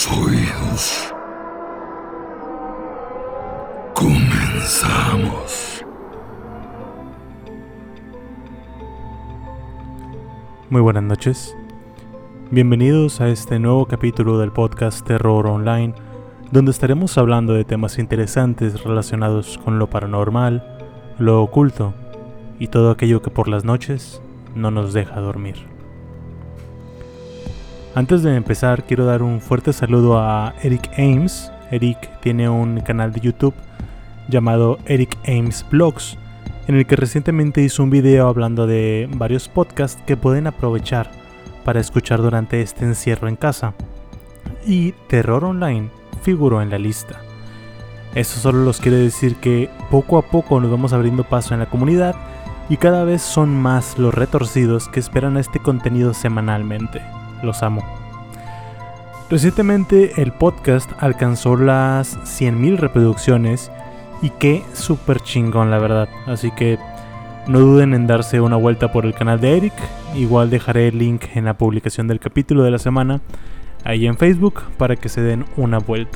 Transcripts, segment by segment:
tus oídos. Comenzamos. Muy buenas noches. Bienvenidos a este nuevo capítulo del podcast Terror Online, donde estaremos hablando de temas interesantes relacionados con lo paranormal, lo oculto y todo aquello que por las noches no nos deja dormir. Antes de empezar, quiero dar un fuerte saludo a Eric Ames. Eric tiene un canal de YouTube llamado Eric Ames Vlogs, en el que recientemente hizo un video hablando de varios podcasts que pueden aprovechar para escuchar durante este encierro en casa. Y Terror Online figuró en la lista. Eso solo los quiere decir que poco a poco nos vamos abriendo paso en la comunidad y cada vez son más los retorcidos que esperan este contenido semanalmente. Los amo. Recientemente el podcast alcanzó las 100,000 reproducciones y qué súper chingón, la verdad. Así que no duden en darse una vuelta por el canal de Eric. Igual dejaré el link en la publicación del capítulo de la semana ahí en Facebook para que se den una vuelta.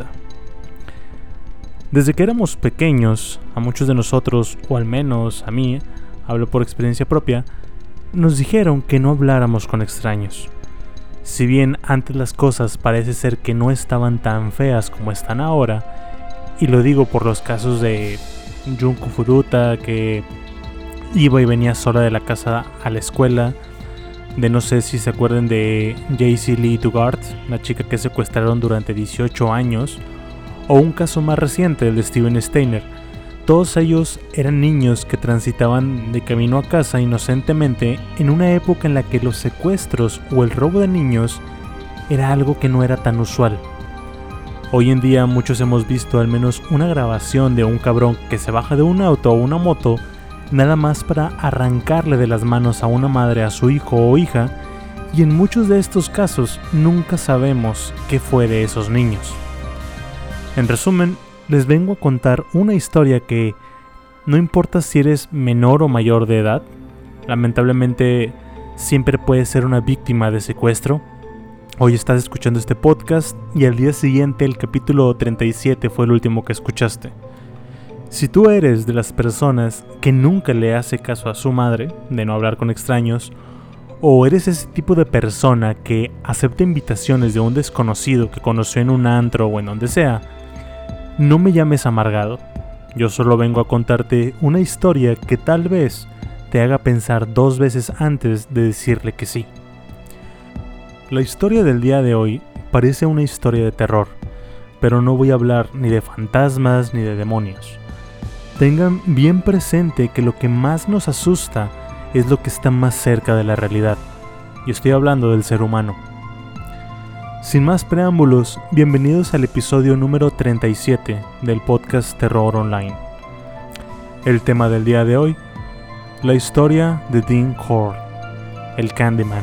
Desde que éramos pequeños, a muchos de nosotros, o al menos a mí, hablo por experiencia propia, nos dijeron que no habláramos con extraños. Si bien antes las cosas parece ser que no estaban tan feas como están ahora, y lo digo por los casos de Junko Furuta, que iba y venía sola de la casa a la escuela, de no sé si se acuerdan de Jaycee Lee Dugard, la chica que secuestraron durante 18 años, o un caso más reciente, el de Steven Steiner. Todos ellos eran niños que transitaban de camino a casa inocentemente en una época en la que los secuestros o el robo de niños era algo que no era tan usual. Hoy en día muchos hemos visto al menos una grabación de un cabrón que se baja de un auto o una moto nada más para arrancarle de las manos a una madre a su hijo o hija, y en muchos de estos casos nunca sabemos qué fue de esos niños. En resumen, les vengo a contar una historia que no importa si eres menor o mayor de edad, lamentablemente siempre puedes ser una víctima de secuestro. Hoy estás escuchando este podcast y al día siguiente el capítulo 37 fue el último que escuchaste. Si tú eres de las personas que nunca le hace caso a su madre de no hablar con extraños, o eres ese tipo de persona que acepta invitaciones de un desconocido que conoció en un antro o en donde sea, no me llames amargado. Yo solo vengo a contarte una historia que tal vez te haga pensar 2 veces antes de decirle que sí. La historia del día de hoy parece una historia de terror, pero no voy a hablar ni de fantasmas ni de demonios. Tengan bien presente que lo que más nos asusta es lo que está más cerca de la realidad, y estoy hablando del ser humano. Sin más preámbulos, bienvenidos al episodio número 37 del podcast Terror Online. El tema del día de hoy, la historia de Dean Corll, el Candyman.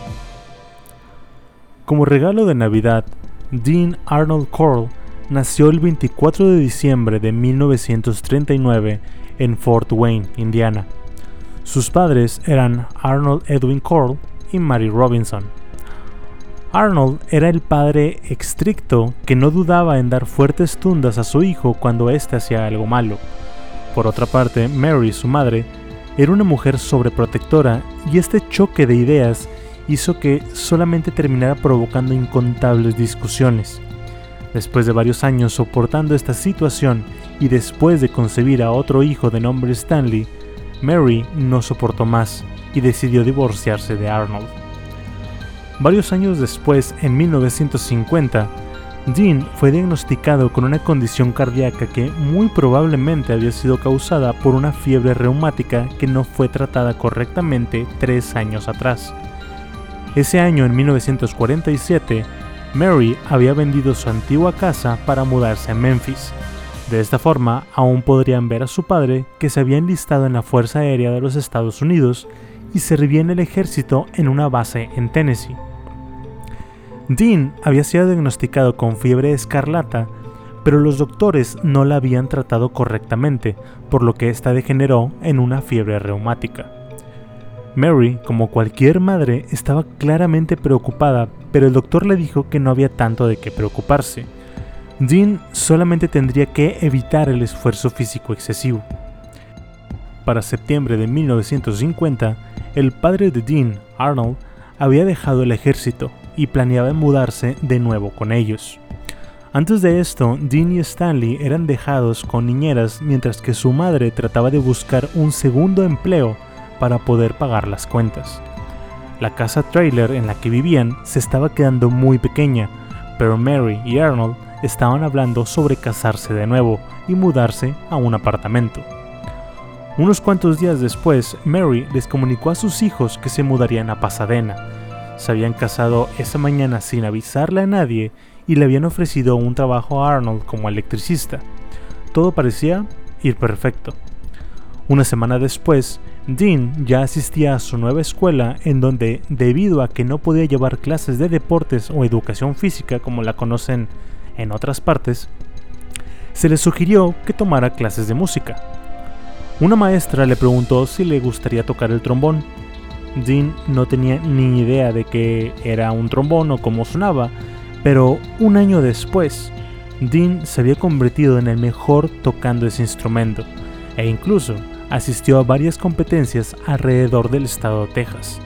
Como regalo de Navidad, Dean Arnold Corll nació el 24 de diciembre de 1939 en Fort Wayne, Indiana. Sus padres eran Arnold Edwin Corll y Mary Robinson. Arnold era el padre estricto que no dudaba en dar fuertes tundas a su hijo cuando éste hacía algo malo. Por otra parte, Mary, su madre, era una mujer sobreprotectora, y este choque de ideas hizo que solamente terminara provocando incontables discusiones. Después de varios años soportando esta situación y después de concebir a otro hijo de nombre Stanley, Mary no soportó más y decidió divorciarse de Arnold. Varios años después, en 1950, Dean fue diagnosticado con una condición cardíaca que muy probablemente había sido causada por una fiebre reumática que no fue tratada correctamente 3 años atrás. Ese año, en 1947, Mary había vendido su antigua casa para mudarse a Memphis. De esta forma, aún podrían ver a su padre, que se había enlistado en la Fuerza Aérea de los Estados Unidos y servía en el ejército en una base en Tennessee. Dean había sido diagnosticado con fiebre escarlata, pero los doctores no la habían tratado correctamente, por lo que esta degeneró en una fiebre reumática. Mary, como cualquier madre, estaba claramente preocupada pero el doctor le dijo que no había tanto de qué preocuparse. Dean solamente tendría que evitar el esfuerzo físico excesivo. Para septiembre de 1950, el padre de Dean, Arnold, había dejado el ejército y planeaba mudarse de nuevo con ellos. Antes de esto, Dean y Stanley eran dejados con niñeras mientras que su madre trataba de buscar un segundo empleo para poder pagar las cuentas. La casa trailer en la que vivían se estaba quedando muy pequeña, pero Mary y Arnold estaban hablando sobre casarse de nuevo y mudarse a un apartamento. Unos cuantos días después, Mary les comunicó a sus hijos que se mudarían a Pasadena. Se habían casado esa mañana sin avisarle a nadie y le habían ofrecido un trabajo a Arnold como electricista. Todo parecía ir perfecto. Una semana después, Dean ya asistía a su nueva escuela en donde, debido a que no podía llevar clases de deportes o educación física como la conocen en otras partes, se le sugirió que tomara clases de música. Una maestra le preguntó si le gustaría tocar el trombón. Dean no tenía ni idea de qué era un trombón o cómo sonaba, pero un año después, Dean se había convertido en el mejor tocando ese instrumento, e incluso asistió a varias competencias alrededor del estado de Texas.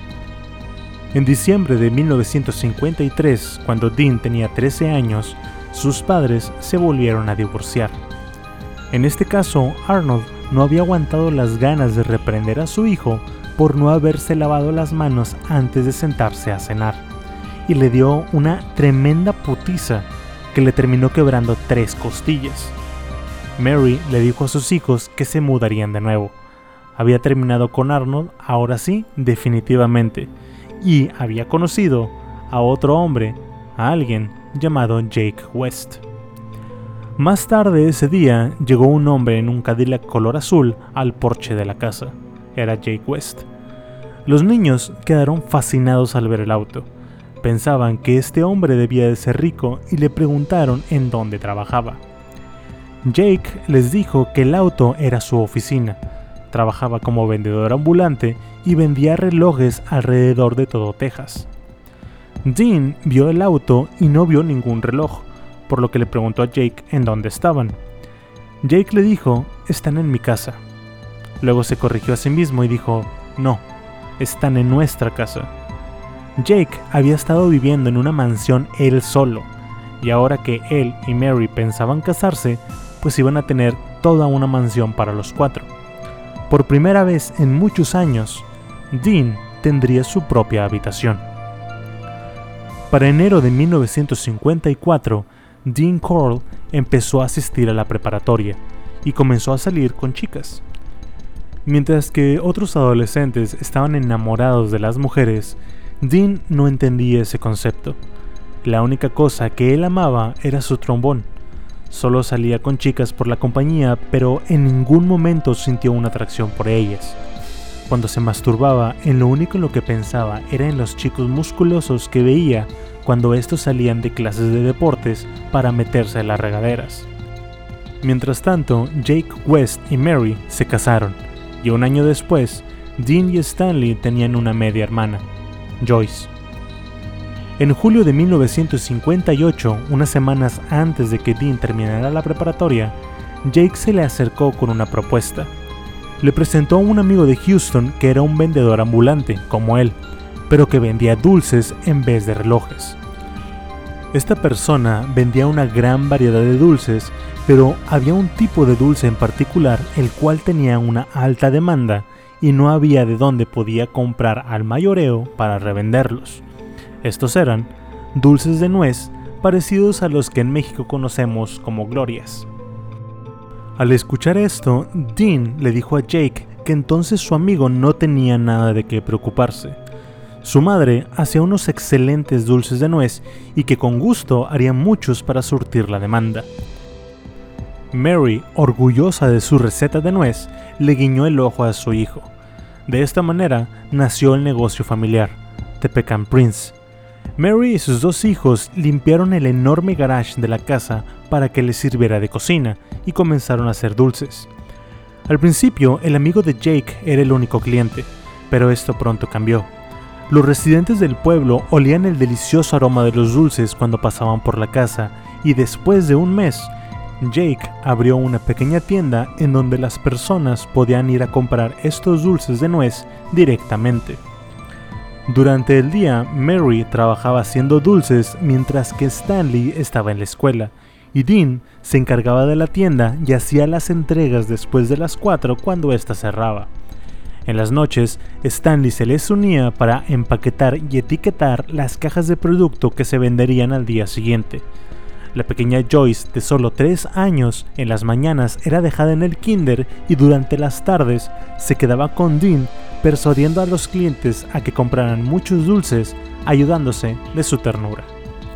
En diciembre de 1953, cuando Dean tenía 13 años, sus padres se volvieron a divorciar. En este caso, Arnold no había aguantado las ganas de reprender a su hijo por no haberse lavado las manos antes de sentarse a cenar, y le dio una tremenda putiza que le terminó quebrando 3 costillas. Mary le dijo a sus hijos que se mudarían de nuevo. Había terminado con Arnold, ahora sí, definitivamente, y había conocido a otro hombre, a alguien llamado Jake West. Más tarde ese día llegó un hombre en un Cadillac color azul al porche de la casa. Era Jake West. Los niños quedaron fascinados al ver el auto. Pensaban que este hombre debía de ser rico y le preguntaron en dónde trabajaba. Jake les dijo que el auto era su oficina. Trabajaba como vendedor ambulante y vendía relojes alrededor de todo Texas. Dean vio el auto y no vio ningún reloj, por lo que le preguntó a Jake en dónde estaban. Jake le dijo, están en mi casa. Luego se corrigió a sí mismo y dijo, no, están en nuestra casa. Jake había estado viviendo en una mansión él solo, y ahora que él y Mary pensaban casarse, pues iban a tener toda una mansión para los 4. Por primera vez en muchos años, Dean tendría su propia habitación. Para enero de 1954, Dean Corll empezó a asistir a la preparatoria y comenzó a salir con chicas. Mientras que otros adolescentes estaban enamorados de las mujeres, Dean no entendía ese concepto. La única cosa que él amaba era su trombón. Solo salía con chicas por la compañía, pero en ningún momento sintió una atracción por ellas. Cuando se masturbaba, en lo único en lo que pensaba era en los chicos musculosos que veía cuando estos salían de clases de deportes para meterse a las regaderas. Mientras tanto, Jake West y Mary se casaron, y un año después, Dean y Stanley tenían una media hermana, Joyce. En julio de 1958, unas semanas antes de que Dean terminara la preparatoria, Jake se le acercó con una propuesta. Le presentó a un amigo de Houston que era un vendedor ambulante, como él, pero que vendía dulces en vez de relojes. Esta persona vendía una gran variedad de dulces, pero había un tipo de dulce en particular el cual tenía una alta demanda y no había de dónde podía comprar al mayoreo para revenderlos. Estos eran dulces de nuez parecidos a los que en México conocemos como glorias. Al escuchar esto, Dean le dijo a Jake que entonces su amigo no tenía nada de qué preocuparse. Su madre hacía unos excelentes dulces de nuez y que con gusto haría muchos para surtir la demanda. Mary, orgullosa de su receta de nuez, le guiñó el ojo a su hijo. De esta manera nació el negocio familiar, The Pecan Prince. Mary y sus 2 hijos limpiaron el enorme garage de la casa para que les sirviera de cocina y comenzaron a hacer dulces. Al principio, el amigo de Jake era el único cliente, pero esto pronto cambió. Los residentes del pueblo olían el delicioso aroma de los dulces cuando pasaban por la casa, y después de un mes, Jake abrió una pequeña tienda en donde las personas podían ir a comprar estos dulces de nuez directamente. Durante el día, Mary trabajaba haciendo dulces mientras que Stanley estaba en la escuela, y Dean se encargaba de la tienda y hacía las entregas después de las 4 cuando ésta cerraba. En las noches, Stanley se les unía para empaquetar y etiquetar las cajas de producto que se venderían al día siguiente. La pequeña Joyce, de solo 3 años, en las mañanas era dejada en el kinder y durante las tardes se quedaba con Dean persuadiendo a los clientes a que compraran muchos dulces, ayudándose de su ternura.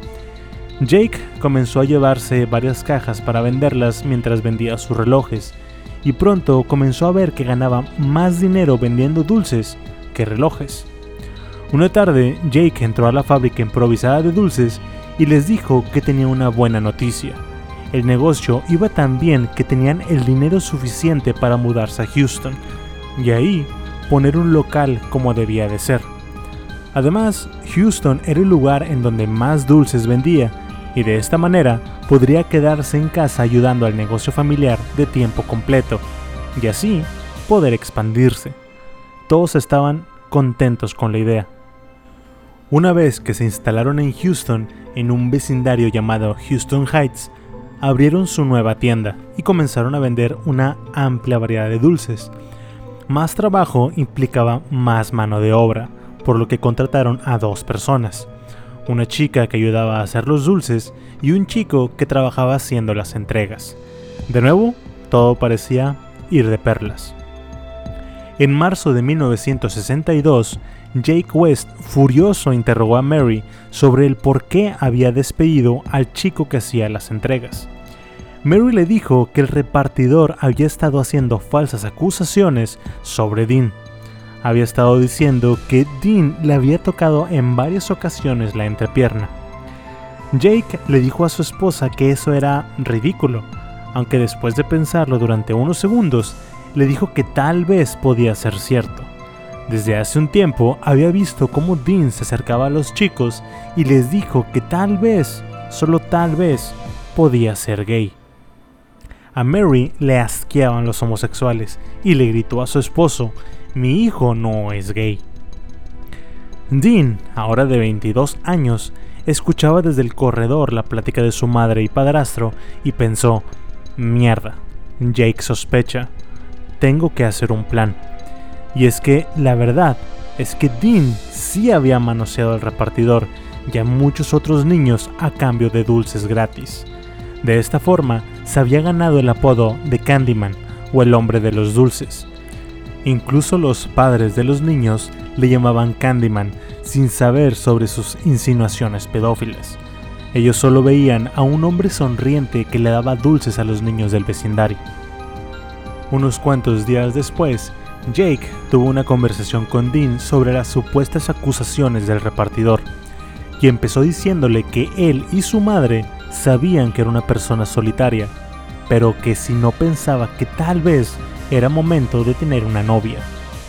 Jake comenzó a llevarse varias cajas para venderlas mientras vendía sus relojes, y pronto comenzó a ver que ganaba más dinero vendiendo dulces que relojes. Una tarde, Jake entró a la fábrica improvisada de dulces y les dijo que tenía una buena noticia. El negocio iba tan bien que tenían el dinero suficiente para mudarse a Houston, y ahí poner un local como debía de ser. Además, Houston era el lugar en donde más dulces vendía, y de esta manera podría quedarse en casa ayudando al negocio familiar de tiempo completo, y así poder expandirse. Todos estaban contentos con la idea. Una vez que se instalaron en Houston, en un vecindario llamado Houston Heights, abrieron su nueva tienda y comenzaron a vender una amplia variedad de dulces. Más trabajo implicaba más mano de obra, por lo que contrataron a 2 personas. Una chica que ayudaba a hacer los dulces y un chico que trabajaba haciendo las entregas. De nuevo, todo parecía ir de perlas. En marzo de 1962, Jake West, furioso, interrogó a Mary sobre el por qué había despedido al chico que hacía las entregas. Mary le dijo que el repartidor había estado haciendo falsas acusaciones sobre Dean. Había estado diciendo que Dean le había tocado en varias ocasiones la entrepierna. Jake le dijo a su esposa que eso era ridículo, aunque después de pensarlo durante unos segundos, le dijo que tal vez podía ser cierto. Desde hace un tiempo había visto cómo Dean se acercaba a los chicos y les dijo que tal vez, solo tal vez, podía ser gay. A Mary le asqueaban los homosexuales y le gritó a su esposo: "Mi hijo no es gay". Dean, ahora de 22 años, escuchaba desde el corredor la plática de su madre y padrastro y pensó: "Mierda, Jake sospecha, tengo que hacer un plan". Y es que la verdad es que Dean sí había manoseado al repartidor y a muchos otros niños a cambio de dulces gratis. De esta forma se había ganado el apodo de Candyman o el hombre de los dulces. Incluso los padres de los niños le llamaban Candyman sin saber sobre sus insinuaciones pedófilas. Ellos solo veían a un hombre sonriente que le daba dulces a los niños del vecindario. Unos cuantos días después, Jake tuvo una conversación con Dean sobre las supuestas acusaciones del repartidor y empezó diciéndole que él y su madre sabían que era una persona solitaria, pero que si no pensaba que tal vez era momento de tener una novia.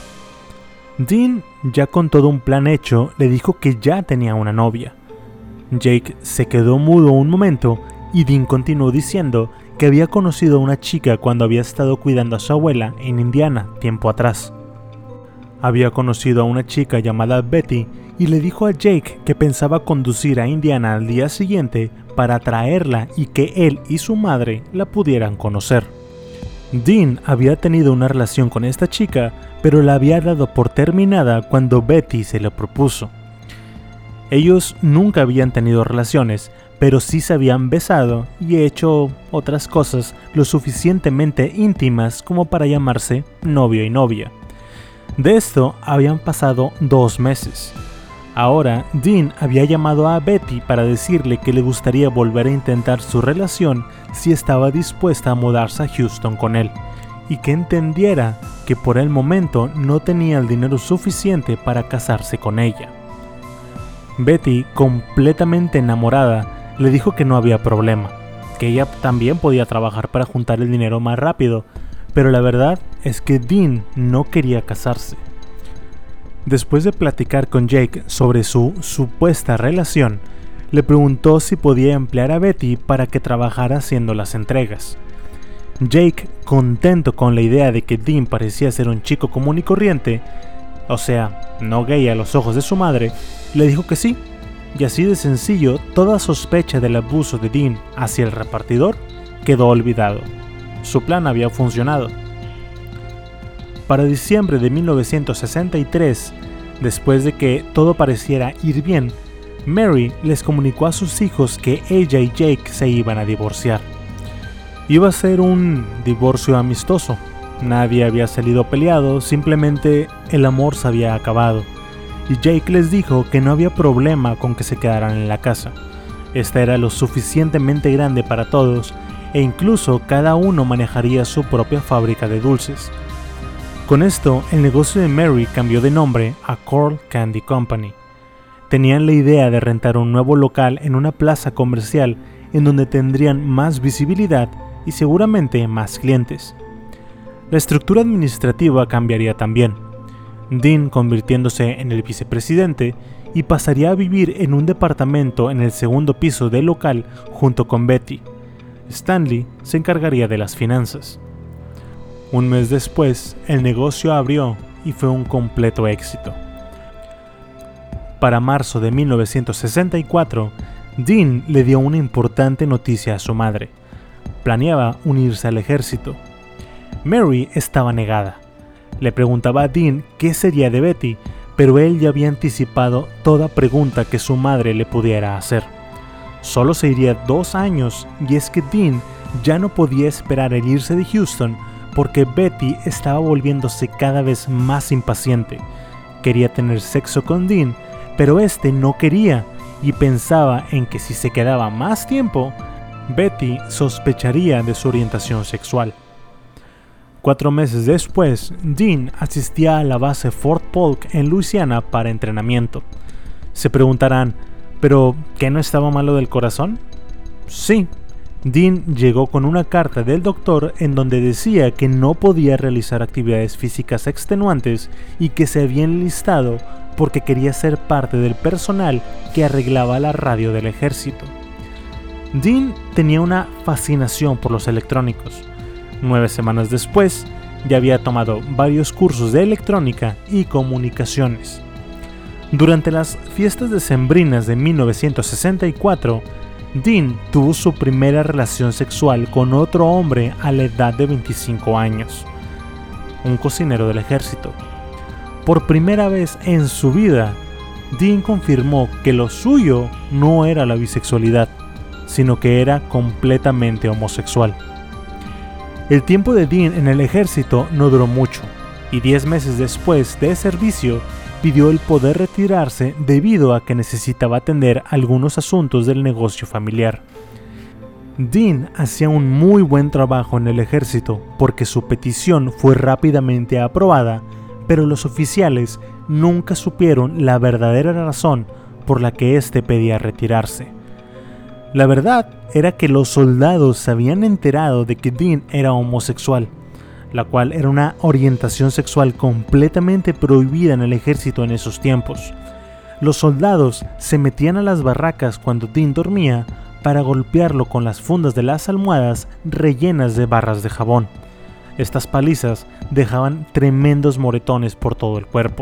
Dean, ya con todo un plan hecho, le dijo que ya tenía una novia. Jake se quedó mudo un momento y Dean continuó diciendo que había conocido a una chica cuando había estado cuidando a su abuela en Indiana tiempo atrás. Había conocido a una chica llamada Betty y le dijo a Jake que pensaba conducir a Indiana al día siguiente para traerla y que él y su madre la pudieran conocer. Dean había tenido una relación con esta chica, pero la había dado por terminada cuando Betty se lo propuso. Ellos nunca habían tenido relaciones, pero sí se habían besado y hecho otras cosas lo suficientemente íntimas como para llamarse novio y novia. De esto habían pasado 2 meses. Ahora, Dean había llamado a Betty para decirle que le gustaría volver a intentar su relación si estaba dispuesta a mudarse a Houston con él, y que entendiera que por el momento no tenía el dinero suficiente para casarse con ella. Betty, completamente enamorada, le dijo que no había problema, que ella también podía trabajar para juntar el dinero más rápido, pero la verdad es que Dean no quería casarse. Después de platicar con Jake sobre su supuesta relación, le preguntó si podía emplear a Betty para que trabajara haciendo las entregas. Jake, contento con la idea de que Dean parecía ser un chico común y corriente, o sea, no gay a los ojos de su madre, le dijo que sí, y así de sencillo, toda sospecha del abuso de Dean hacia el repartidor quedó olvidado. Su plan había funcionado. Para diciembre de 1963, después de que todo pareciera ir bien, Mary les comunicó a sus hijos que ella y Jake se iban a divorciar. Iba a ser un divorcio amistoso. Nadie había salido peleado, simplemente el amor se había acabado. Y Jake les dijo que no había problema con que se quedaran en la casa. Esta era lo suficientemente grande para todos, e incluso cada uno manejaría su propia fábrica de dulces. Con esto, el negocio de Mary cambió de nombre a Coral Candy Company. Tenían la idea de rentar un nuevo local en una plaza comercial en donde tendrían más visibilidad y seguramente más clientes. La estructura administrativa cambiaría también. Dean convirtiéndose en el vicepresidente y pasaría a vivir en un departamento en el segundo piso del local junto con Betty. Stanley se encargaría de las finanzas. Un mes después, el negocio abrió y fue un completo éxito. Para marzo de 1964, Dean le dio una importante noticia a su madre. Planeaba unirse al ejército. Mary estaba negada. Le preguntaba a Dean qué sería de Betty, pero él ya había anticipado toda pregunta que su madre le pudiera hacer. Solo se iría 2 años, y es que Dean ya no podía esperar el irse de Houston porque Betty estaba volviéndose cada vez más impaciente. Quería tener sexo con Dean, pero este no quería y pensaba en que si se quedaba más tiempo, Betty sospecharía de su orientación sexual. 4 meses después, Dean asistía a la base Fort Polk en Luisiana para entrenamiento. Se preguntarán, ¿pero qué no estaba malo del corazón? Sí. Dean llegó con una carta del doctor en donde decía que no podía realizar actividades físicas extenuantes y que se había enlistado porque quería ser parte del personal que arreglaba la radio del ejército. Dean tenía una fascinación por los electrónicos. 9 semanas después, ya había tomado varios cursos de electrónica y comunicaciones. Durante las fiestas decembrinas de 1964, Dean tuvo su primera relación sexual con otro hombre a la edad de 25 años, un cocinero del ejército. Por primera vez en su vida, Dean confirmó que lo suyo no era la bisexualidad, sino que era completamente homosexual. El tiempo de Dean en el ejército no duró mucho, y 10 meses después de servicio, pidió el poder retirarse debido a que necesitaba atender algunos asuntos del negocio familiar. Dean hacía un muy buen trabajo en el ejército porque su petición fue rápidamente aprobada, pero los oficiales nunca supieron la verdadera razón por la que éste pedía retirarse. La verdad era que los soldados se habían enterado de que Dean era homosexual, la cual era una orientación sexual completamente prohibida en el ejército en esos tiempos. Los soldados se metían a las barracas cuando Dean dormía para golpearlo con las fundas de las almohadas rellenas de barras de jabón. Estas palizas dejaban tremendos moretones por todo el cuerpo.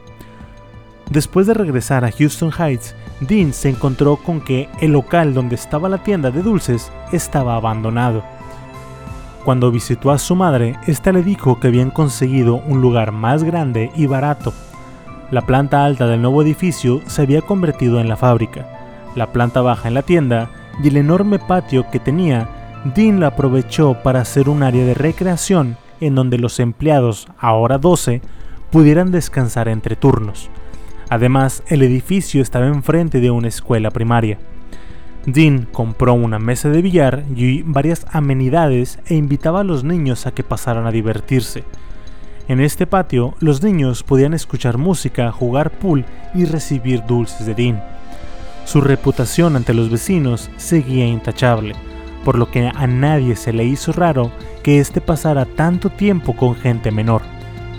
Después de regresar a Houston Heights, Dean se encontró con que el local donde estaba la tienda de dulces estaba abandonado. Cuando visitó a su madre, ésta le dijo que habían conseguido un lugar más grande y barato. La planta alta del nuevo edificio se había convertido en la fábrica, la planta baja en la tienda y el enorme patio que tenía, Dean la aprovechó para hacer un área de recreación en donde los empleados, ahora 12, pudieran descansar entre turnos. Además, el edificio estaba enfrente de una escuela primaria. Dean compró una mesa de billar y varias amenidades e invitaba a los niños a que pasaran a divertirse. En este patio, los niños podían escuchar música, jugar pool y recibir dulces de Dean. Su reputación ante los vecinos seguía intachable, por lo que a nadie se le hizo raro que éste pasara tanto tiempo con gente menor.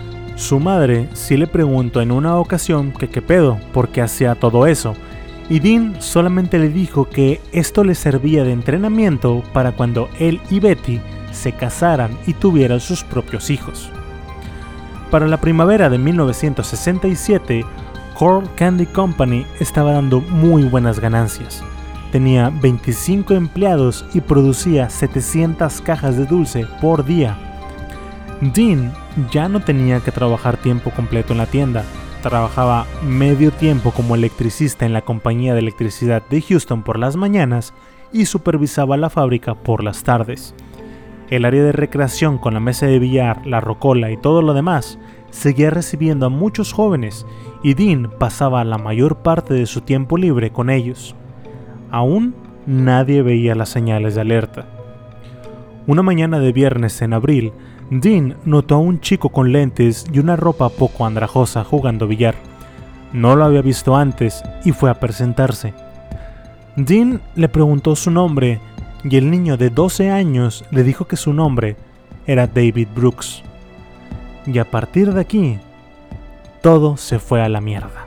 Su madre sí le preguntó en una ocasión que qué pedo, por qué hacía todo eso, y Dean solamente le dijo que esto le servía de entrenamiento para cuando él y Betty se casaran y tuvieran sus propios hijos. Para la primavera de 1967, Coral Candy Company estaba dando muy buenas ganancias. Tenía 25 empleados y producía 700 cajas de dulce por día. Dean ya no tenía que trabajar tiempo completo en la tienda. Trabajaba medio tiempo como electricista en la compañía de electricidad de Houston por las mañanas y supervisaba la fábrica por las tardes. El área de recreación con la mesa de billar, la rocola y todo lo demás seguía recibiendo a muchos jóvenes y Dean pasaba la mayor parte de su tiempo libre con ellos. Aún nadie veía las señales de alerta. Una mañana de viernes en abril, Dean notó a un chico con lentes y una ropa poco andrajosa jugando billar. No lo había visto antes y fue a presentarse. Dean le preguntó su nombre y el niño de 12 años le dijo que su nombre era David Brooks. Y a partir de aquí, todo se fue a la mierda.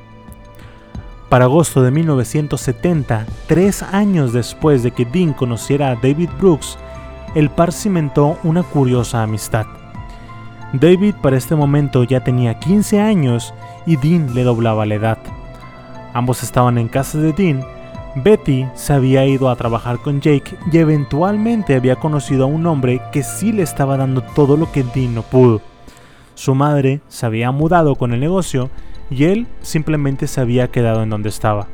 Para agosto de 1970, 3 años después de que Dean conociera a David Brooks, el par cimentó una curiosa amistad. David para este momento ya tenía 15 años y Dean le doblaba la edad. Ambos estaban en casa de Dean. Betty se había ido a trabajar con Jake y eventualmente había conocido a un hombre que sí le estaba dando todo lo que Dean no pudo. Su madre se había mudado con el negocio y él simplemente se había quedado en donde estaba.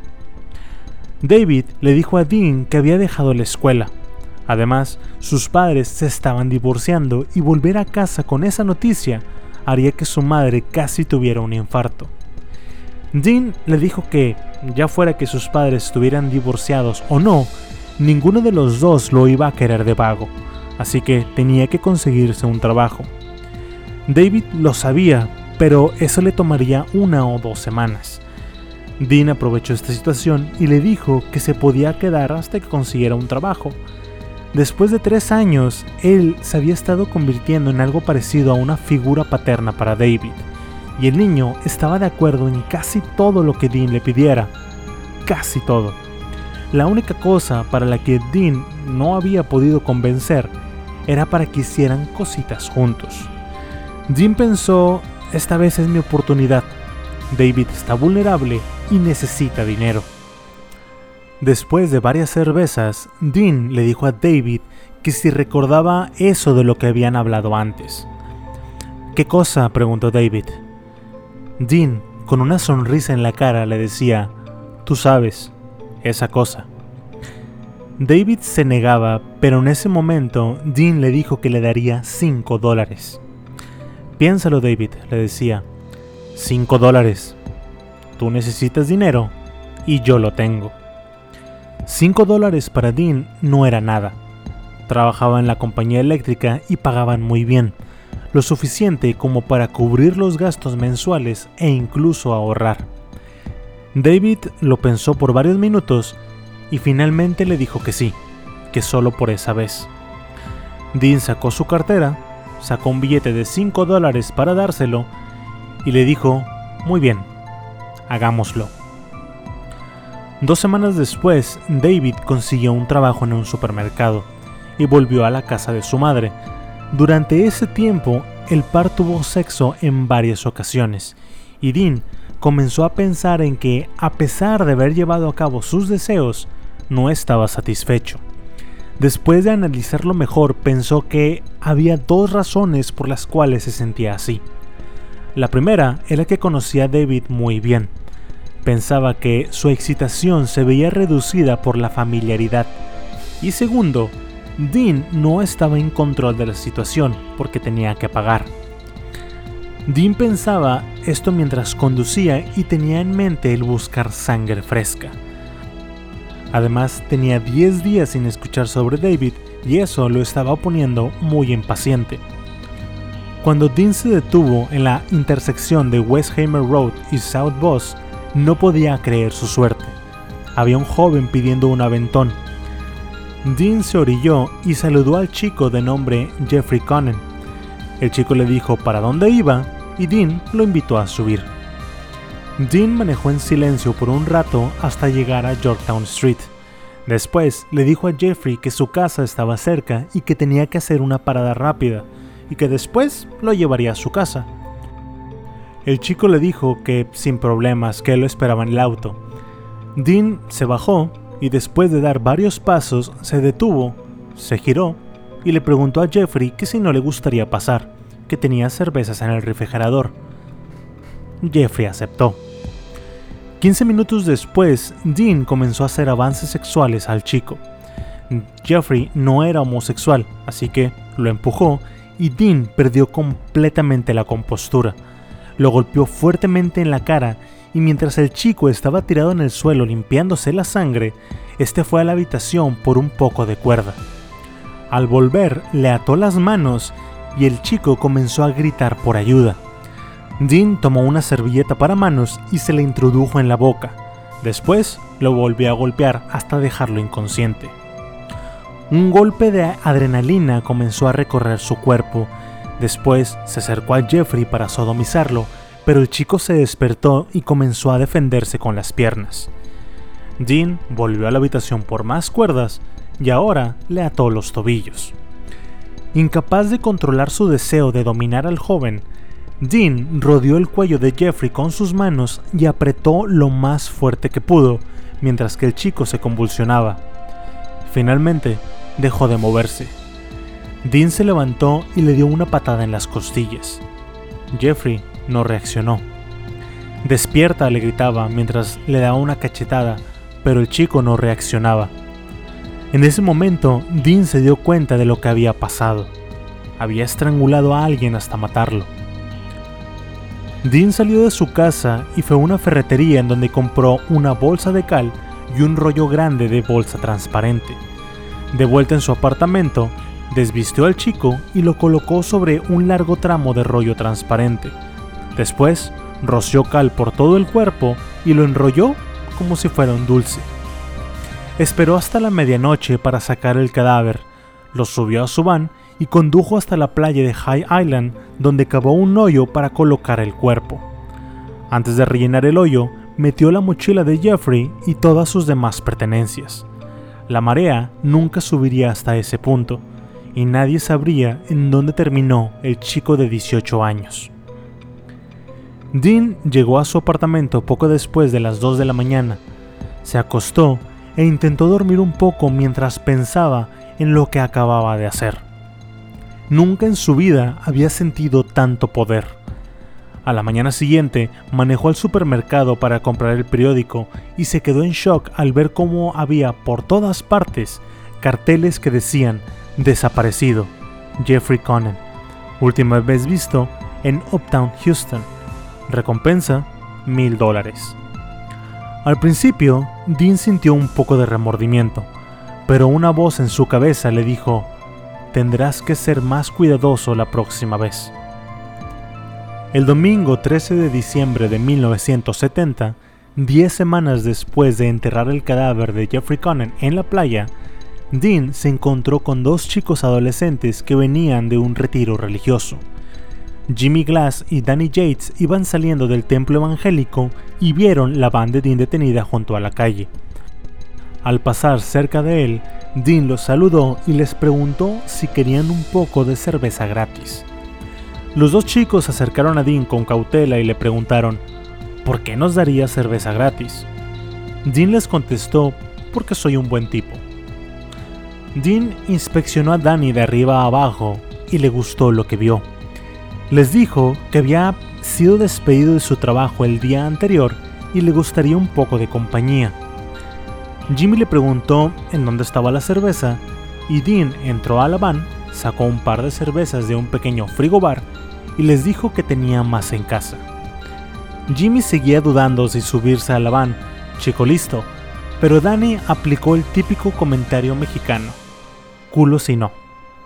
David le dijo a Dean que había dejado la escuela. Además, sus padres se estaban divorciando y volver a casa con esa noticia haría que su madre casi tuviera un infarto. Dean le dijo que, ya fuera que sus padres estuvieran divorciados o no, ninguno de los dos lo iba a querer de vago, así que tenía que conseguirse un trabajo. David lo sabía, pero eso le tomaría 1 o 2 semanas. Dean aprovechó esta situación y le dijo que se podía quedar hasta que consiguiera un trabajo. Después de 3 años, él se había estado convirtiendo en algo parecido a una figura paterna para David, y el niño estaba de acuerdo en casi todo lo que Dean le pidiera. Casi todo. La única cosa para la que Dean no había podido convencer era para que hicieran cositas juntos. Dean pensó, esta vez es mi oportunidad. David está vulnerable y necesita dinero. Después de varias cervezas, Dean le dijo a David que si recordaba eso de lo que habían hablado antes. ¿Qué cosa?, preguntó David. Dean, con una sonrisa en la cara, le decía, tú sabes, esa cosa. David se negaba, pero en ese momento Dean le dijo que le daría $5. Piénsalo, David, le decía, $5. Tú necesitas dinero y yo lo tengo. $5 para Dean no era nada. Trabajaba en la compañía eléctrica y pagaban muy bien, lo suficiente como para cubrir los gastos mensuales e incluso ahorrar. David lo pensó por varios minutos y finalmente le dijo que sí, que solo por esa vez. Dean sacó su cartera, sacó un billete de $5 para dárselo y le dijo, muy bien, hagámoslo. 2 semanas después, David consiguió un trabajo en un supermercado y volvió a la casa de su madre. Durante ese tiempo, el par tuvo sexo en varias ocasiones y Dean comenzó a pensar en que, a pesar de haber llevado a cabo sus deseos, no estaba satisfecho. Después de analizarlo mejor, pensó que había 2 razones por las cuales se sentía así. La primera era que conocía a David muy bien. Pensaba que su excitación se veía reducida por la familiaridad. Y segundo, Dean no estaba en control de la situación porque tenía que pagar. Dean pensaba esto mientras conducía y tenía en mente el buscar sangre fresca. Además, tenía 10 días sin escuchar sobre David y eso lo estaba poniendo muy impaciente. Cuando Dean se detuvo en la intersección de Westheimer Road y South Boss, no podía creer su suerte. Había un joven pidiendo un aventón. Dean se orilló y saludó al chico de nombre Jeffrey Conan. El chico le dijo para dónde iba y Dean lo invitó a subir. Dean manejó en silencio por un rato hasta llegar a Yorktown Street. Después le dijo a Jeffrey que su casa estaba cerca y que tenía que hacer una parada rápida, y que después lo llevaría a su casa. El chico le dijo que sin problemas, que él lo esperaba en el auto. Dean se bajó y después de dar varios pasos se detuvo, se giró y le preguntó a Jeffrey que si no le gustaría pasar, que tenía cervezas en el refrigerador. Jeffrey aceptó. 15 minutos después, Dean comenzó a hacer avances sexuales al chico. Jeffrey no era homosexual, así que lo empujó y Dean perdió completamente la compostura. Lo golpeó fuertemente en la cara y mientras el chico estaba tirado en el suelo limpiándose la sangre, este fue a la habitación por un poco de cuerda. Al volver, le ató las manos y el chico comenzó a gritar por ayuda. Dean tomó una servilleta para manos y se le introdujo en la boca. Después lo volvió a golpear hasta dejarlo inconsciente. Un golpe de adrenalina comenzó a recorrer su cuerpo. Después se acercó a Jeffrey para sodomizarlo, pero el chico se despertó y comenzó a defenderse con las piernas. Dean volvió a la habitación por más cuerdas y ahora le ató los tobillos. Incapaz de controlar su deseo de dominar al joven, Dean rodeó el cuello de Jeffrey con sus manos y apretó lo más fuerte que pudo, mientras que el chico se convulsionaba. Finalmente, dejó de moverse. Dean se levantó y le dio una patada en las costillas. Jeffrey no reaccionó. «Despierta», le gritaba mientras le daba una cachetada, pero el chico no reaccionaba. En ese momento, Dean se dio cuenta de lo que había pasado. Había estrangulado a alguien hasta matarlo. Dean salió de su casa y fue a una ferretería en donde compró una bolsa de cal y un rollo grande de bolsa transparente. De vuelta en su apartamento, desvistió al chico y lo colocó sobre un largo tramo de rollo transparente. Después, roció cal por todo el cuerpo y lo enrolló como si fuera un dulce. Esperó hasta la medianoche para sacar el cadáver, lo subió a su van y condujo hasta la playa de High Island, donde cavó un hoyo para colocar el cuerpo. Antes de rellenar el hoyo, metió la mochila de Jeffrey y todas sus demás pertenencias. La marea nunca subiría hasta ese punto, y nadie sabría en dónde terminó el chico de 18 años. Dean llegó a su apartamento poco después de las 2 de la mañana. Se acostó e intentó dormir un poco mientras pensaba en lo que acababa de hacer. Nunca en su vida había sentido tanto poder. A la mañana siguiente manejó al supermercado para comprar el periódico y se quedó en shock al ver cómo había por todas partes carteles que decían «Desaparecido, Jeffrey Conan, última vez visto en Uptown Houston, recompensa $1000». Al principio, Dean sintió un poco de remordimiento, pero una voz en su cabeza le dijo «Tendrás que ser más cuidadoso la próxima vez». El domingo 13 de diciembre de 1970, 10 semanas después de enterrar el cadáver de Jeffrey Conan en la playa, Dean se encontró con dos chicos adolescentes que venían de un retiro religioso. Jimmy Glass y Danny Yates iban saliendo del templo evangélico y vieron la van de Dean detenida junto a la calle. Al pasar cerca de él, Dean los saludó y les preguntó si querían un poco de cerveza gratis. Los dos chicos se acercaron a Dean con cautela y le preguntaron ¿por qué nos daría cerveza gratis? Dean les contestó porque soy un buen tipo. Dean inspeccionó a Danny de arriba a abajo y le gustó lo que vio. Les dijo que había sido despedido de su trabajo el día anterior y le gustaría un poco de compañía. Jimmy le preguntó en dónde estaba la cerveza y Dean entró a la van, sacó un par de cervezas de un pequeño frigobar y les dijo que tenía más en casa. Jimmy seguía dudando si subirse a la van, chico listo, pero Danny aplicó el típico comentario mexicano, culo si no.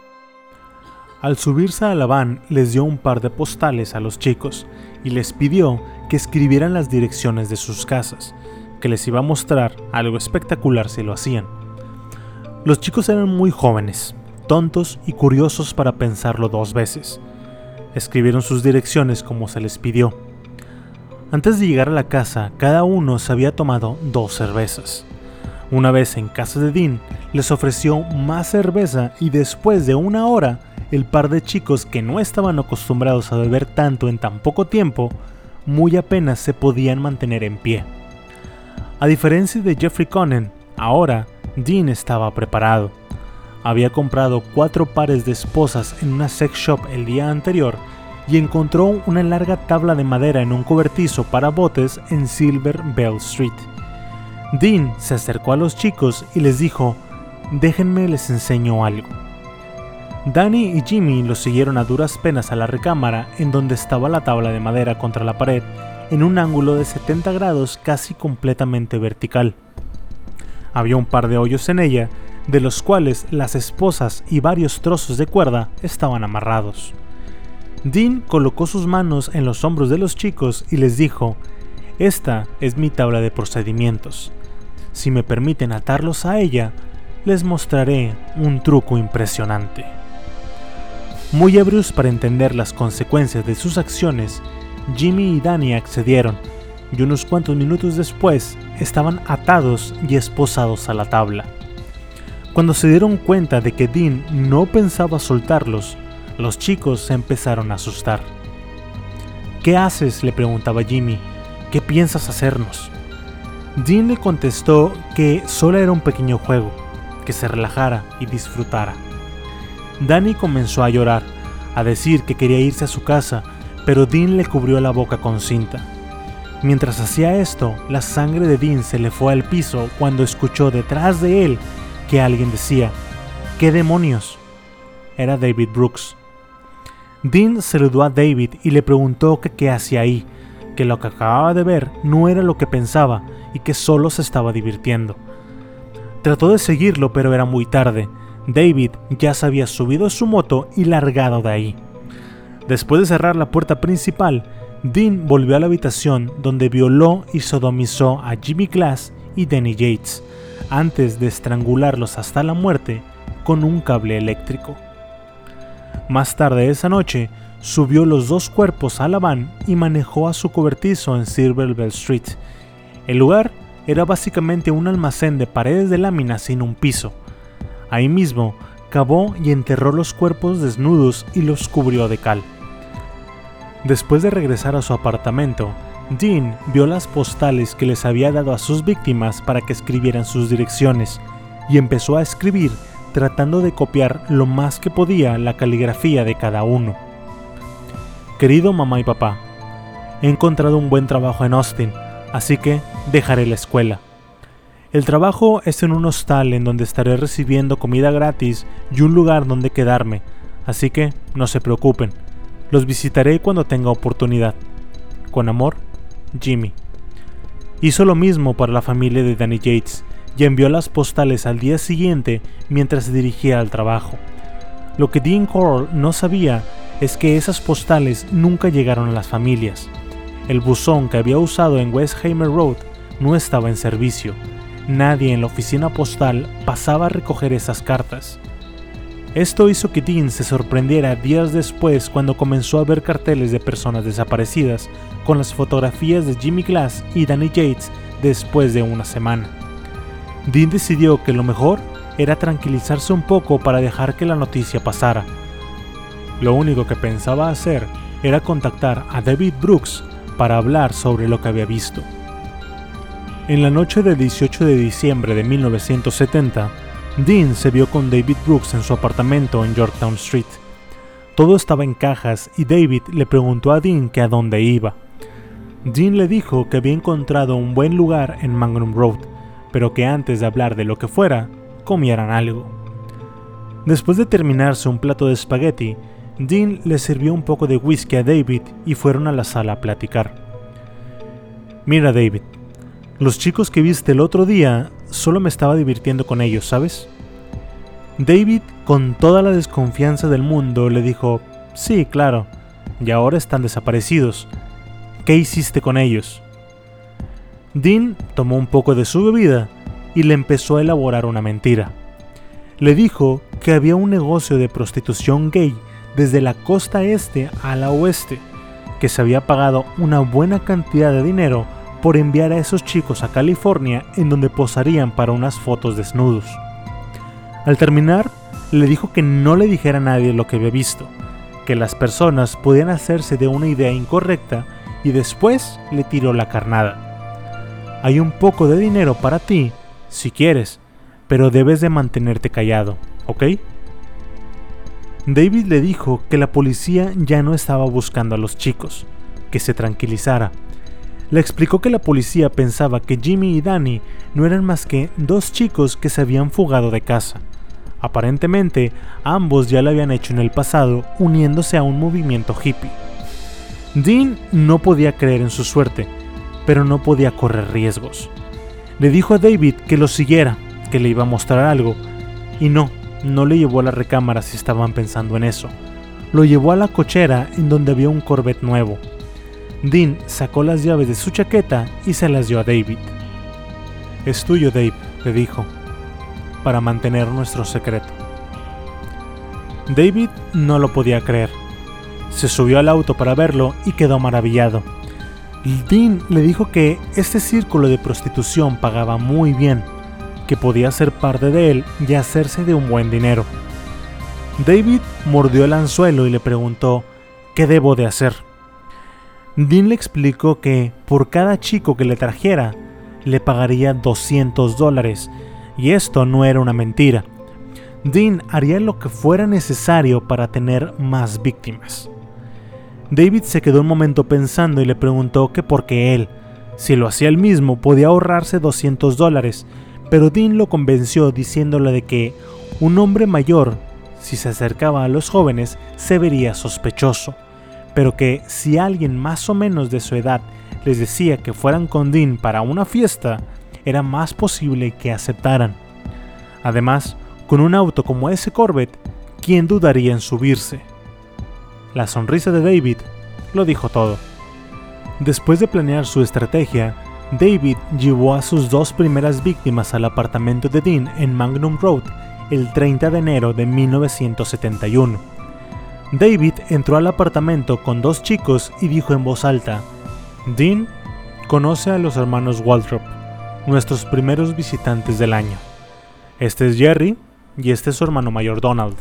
Al subirse a la van les dio un par de postales a los chicos y les pidió que escribieran las direcciones de sus casas, que les iba a mostrar algo espectacular si lo hacían. Los chicos eran muy jóvenes, tontos y curiosos para pensarlo dos veces. Escribieron sus direcciones como se les pidió. Antes de llegar a la casa, cada uno se había tomado 2 cervezas. Una vez en casa de Dean, les ofreció más cerveza y después de 1 hora, el par de chicos que no estaban acostumbrados a beber tanto en tan poco tiempo, muy apenas se podían mantener en pie. A diferencia de Jeffrey Conan, ahora Dean estaba preparado. Había comprado 4 pares de esposas en una sex shop el día anterior y encontró una larga tabla de madera en un cobertizo para botes en Silver Bell Street. Dean se acercó a los chicos y les dijo: «Déjenme les enseño algo». Danny y Jimmy los siguieron a duras penas a la recámara en donde estaba la tabla de madera contra la pared en un ángulo de 70 grados casi completamente vertical. Había un par de hoyos en ella, de los cuales las esposas y varios trozos de cuerda estaban amarrados. Dean colocó sus manos en los hombros de los chicos y les dijo: «Esta es mi tabla de procedimientos. Si me permiten atarlos a ella, les mostraré un truco impresionante». Muy ebrios para entender las consecuencias de sus acciones, Jimmy y Danny accedieron, y unos cuantos minutos después estaban atados y esposados a la tabla. Cuando se dieron cuenta de que Dean no pensaba soltarlos, los chicos se empezaron a asustar. «¿Qué haces?», le preguntaba Jimmy. «¿Qué piensas hacernos?». Dean le contestó que solo era un pequeño juego, que se relajara y disfrutara. Danny comenzó a llorar, a decir que quería irse a su casa, pero Dean le cubrió la boca con cinta. Mientras hacía esto, la sangre de Dean se le fue al piso cuando escuchó detrás de él que alguien decía: «¿Qué demonios?». Era David Brooks. Dean saludó a David y le preguntó que qué hacía ahí, que lo que acababa de ver no era lo que pensaba y que solo se estaba divirtiendo. Trató de seguirlo, pero era muy tarde. David ya se había subido a su moto y largado de ahí. Después de cerrar la puerta principal, Dean volvió a la habitación donde violó y sodomizó a Jimmy Glass y Danny Yates, antes de estrangularlos hasta la muerte con un cable eléctrico. Más tarde esa noche, subió los 2 cuerpos a la van y manejó a su cobertizo en Silver Bell Street. El lugar era básicamente un almacén de paredes de lámina sin un piso. Ahí mismo, cavó y enterró los cuerpos desnudos y los cubrió de cal. Después de regresar a su apartamento, Dean vio las postales que les había dado a sus víctimas para que escribieran sus direcciones y empezó a escribir tratando de copiar lo más que podía la caligrafía de cada uno. «Querido mamá y papá, he encontrado un buen trabajo en Austin, así que dejaré la escuela. El trabajo es en un hostal en donde estaré recibiendo comida gratis y un lugar donde quedarme, así que no se preocupen, los visitaré cuando tenga oportunidad. Con amor, Jimmy». Hizo lo mismo para la familia de Danny Yates y envió las postales al día siguiente mientras se dirigía al trabajo. Lo que Dean Corll no sabía es que esas postales nunca llegaron a las familias. El buzón que había usado en Westheimer Road no estaba en servicio. Nadie en la oficina postal pasaba a recoger esas cartas. Esto hizo que Dean se sorprendiera días después cuando comenzó a ver carteles de personas desaparecidas con las fotografías de Jimmy Glass y Danny Yates después de una semana. Dean decidió que lo mejor era tranquilizarse un poco para dejar que la noticia pasara. Lo único que pensaba hacer era contactar a David Brooks para hablar sobre lo que había visto. En la noche del 18 de diciembre de 1970, Dean se vio con David Brooks en su apartamento en Yorktown Street. Todo estaba en cajas y David le preguntó a Dean que a dónde iba. Dean le dijo que había encontrado un buen lugar en Mangrum Road, pero que antes de hablar de lo que fuera, comieran algo. Después de terminarse un plato de espagueti, Dean le sirvió un poco de whisky a David y fueron a la sala a platicar. «Mira, David, los chicos que viste el otro día, solo me estaba divirtiendo con ellos, ¿sabes?». David, con toda la desconfianza del mundo, le dijo: «Sí, claro, y ahora están desaparecidos. ¿Qué hiciste con ellos?». Dean tomó un poco de su bebida y le empezó a elaborar una mentira. Le dijo que había un negocio de prostitución gay desde la costa este a la oeste, que se había pagado una buena cantidad de dinero por enviar a esos chicos a California en donde posarían para unas fotos desnudos. Al terminar, le dijo que no le dijera a nadie lo que había visto, que las personas podían hacerse de una idea incorrecta y después le tiró la carnada. Hay un poco de dinero para ti, si quieres, pero debes de mantenerte callado, ¿ok? David le dijo que la policía ya no estaba buscando a los chicos, que se tranquilizara. Le explicó que la policía pensaba que Jimmy y Danny no eran más que dos chicos que se habían fugado de casa. Aparentemente, ambos ya lo habían hecho en el pasado, uniéndose a un movimiento hippie. Dean no podía creer en su suerte, pero no podía correr riesgos. Le dijo a David que lo siguiera, que le iba a mostrar algo, y no le llevó a la recámara si estaban pensando en eso. Lo llevó a la cochera en donde había un Corvette nuevo. Dean sacó las llaves de su chaqueta y se las dio a David. «Es tuyo, Dave», le dijo, «para mantener nuestro secreto». David no lo podía creer. Se subió al auto para verlo y quedó maravillado. Dean le dijo que este círculo de prostitución pagaba muy bien, que podía ser parte de él y hacerse de un buen dinero. David mordió el anzuelo y le preguntó ¿qué debo de hacer? Dean le explicó que por cada chico que le trajera le pagaría $200 y esto no era una mentira. Dean haría lo que fuera necesario para tener más víctimas. David se quedó un momento pensando y le preguntó que por qué él, si lo hacía él mismo, podía ahorrarse $200, pero Dean lo convenció diciéndole de que un hombre mayor, si se acercaba a los jóvenes, se vería sospechoso, pero que si alguien más o menos de su edad les decía que fueran con Dean para una fiesta, era más posible que aceptaran. Además, con un auto como ese Corvette, ¿quién dudaría en subirse? La sonrisa de David lo dijo todo. Después de planear su estrategia, David llevó a sus dos primeras víctimas al apartamento de Dean en Magnum Road el 30 de enero de 1971. David entró al apartamento con dos chicos y dijo en voz alta: «Dean conoce a los hermanos Waldrop, nuestros primeros visitantes del año. Este es Jerry y este es su hermano mayor Donald».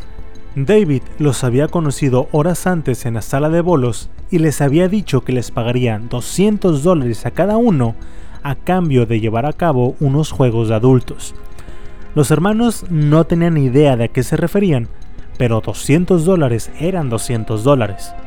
David los había conocido horas antes en la sala de bolos y les había dicho que les pagarían $200 a cada uno a cambio de llevar a cabo unos juegos de adultos. Los hermanos no tenían idea de a qué se referían, pero $200 eran $200.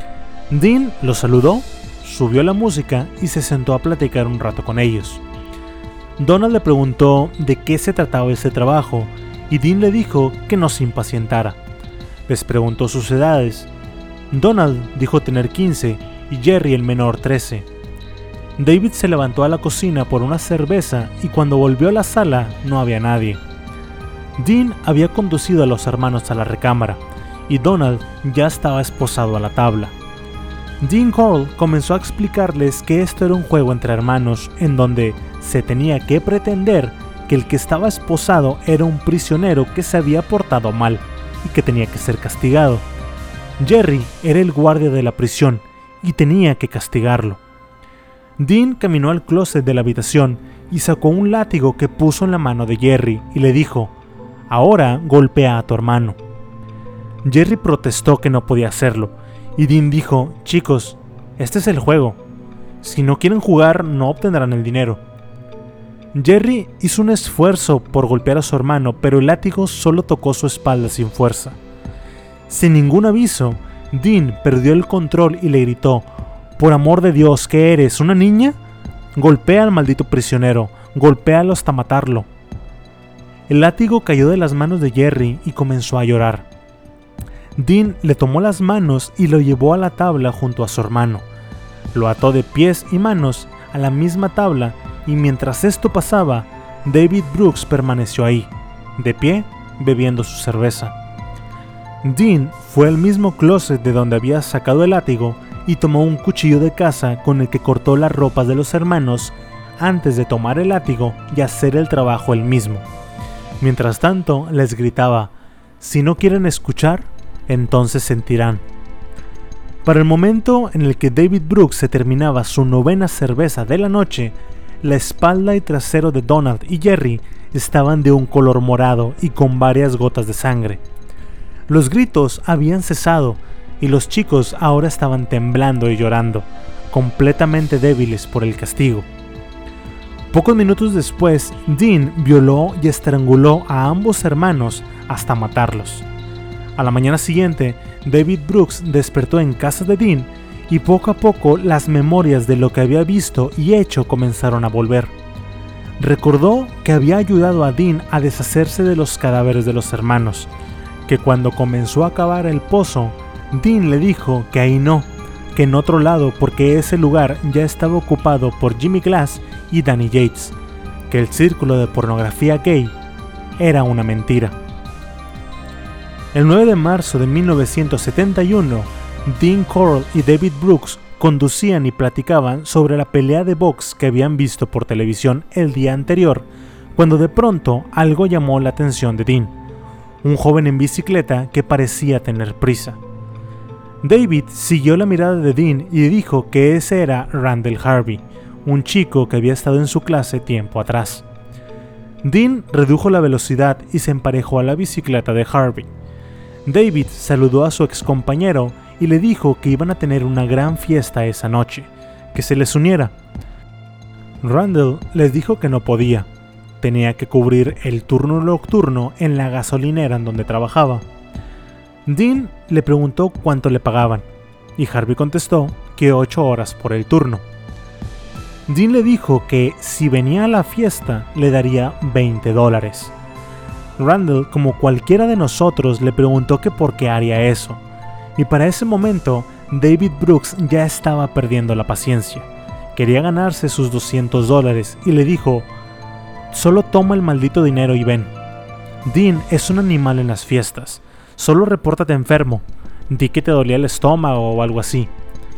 Dean los saludó, subió la música y se sentó a platicar un rato con ellos. Donald le preguntó de qué se trataba ese trabajo y Dean le dijo que no se impacientara. Les preguntó sus edades. Donald dijo tener 15 y Jerry el menor 13. David se levantó a la cocina por una cerveza y cuando volvió a la sala no había nadie. Dean había conducido a los hermanos a la recámara y Donald ya estaba esposado a la tabla. Dean Corll comenzó a explicarles que esto era un juego entre hermanos en donde se tenía que pretender que el que estaba esposado era un prisionero que se había portado mal y que tenía que ser castigado. Jerry era el guardia de la prisión y tenía que castigarlo. Dean caminó al closet de la habitación y sacó un látigo que puso en la mano de Jerry y le dijo: «Ahora golpea a tu hermano». Jerry protestó que no podía hacerlo y Dean dijo: «Chicos, este es el juego. Si no quieren jugar, no obtendrán el dinero». Jerry hizo un esfuerzo por golpear a su hermano, pero el látigo solo tocó su espalda sin fuerza. Sin ningún aviso, Dean perdió el control y le gritó: «Por amor de Dios, ¿qué eres, una niña? Golpea al maldito prisionero, golpéalo hasta matarlo». El látigo cayó de las manos de Jerry y comenzó a llorar. Dean le tomó las manos y lo llevó a la tabla junto a su hermano. Lo ató de pies y manos a la misma tabla y mientras esto pasaba, David Brooks permaneció ahí, de pie, bebiendo su cerveza. Dean fue al mismo closet de donde había sacado el látigo y tomó un cuchillo de caza con el que cortó las ropas de los hermanos antes de tomar el látigo y hacer el trabajo él mismo. Mientras tanto, les gritaba: «Si no quieren escuchar, entonces sentirán. Para el momento en el que David Brooks se terminaba su 9ª cerveza de la noche, la espalda y trasero de Donald y Jerry estaban de un color morado y con varias gotas de sangre. Los gritos habían cesado y los chicos ahora estaban temblando y llorando, completamente débiles por el castigo. Pocos minutos después, Dean violó y estranguló a ambos hermanos hasta matarlos. A la mañana siguiente, David Brooks despertó en casa de Dean y poco a poco las memorias de lo que había visto y hecho comenzaron a volver. Recordó que había ayudado a Dean a deshacerse de los cadáveres de los hermanos, que cuando comenzó a cavar el pozo, Dean le dijo que ahí no, que en otro lado porque ese lugar ya estaba ocupado por Jimmy Glass y Danny Yates, que el círculo de pornografía gay era una mentira. El 9 de marzo de 1971, Dean Corll y David Brooks conducían y platicaban sobre la pelea de box que habían visto por televisión el día anterior, cuando de pronto algo llamó la atención de Dean, un joven en bicicleta que parecía tener prisa. David siguió la mirada de Dean y dijo que ese era Randall Harvey, un chico que había estado en su clase tiempo atrás. Dean redujo la velocidad y se emparejó a la bicicleta de Harvey. David saludó a su excompañero y le dijo que iban a tener una gran fiesta esa noche, que se les uniera. Randall les dijo que no podía, tenía que cubrir el turno nocturno en la gasolinera en donde trabajaba. Dean le preguntó cuánto le pagaban, y Harvey contestó que 8 horas por el turno. Dean le dijo que si venía a la fiesta le daría $20. Randall, como cualquiera de nosotros, le preguntó que por qué haría eso, y para ese momento David Brooks ya estaba perdiendo la paciencia. Quería ganarse sus $200 y le dijo: solo toma el maldito dinero y ven. Dean es un animal en las fiestas, solo repórtate enfermo, di que te dolía el estómago o algo así.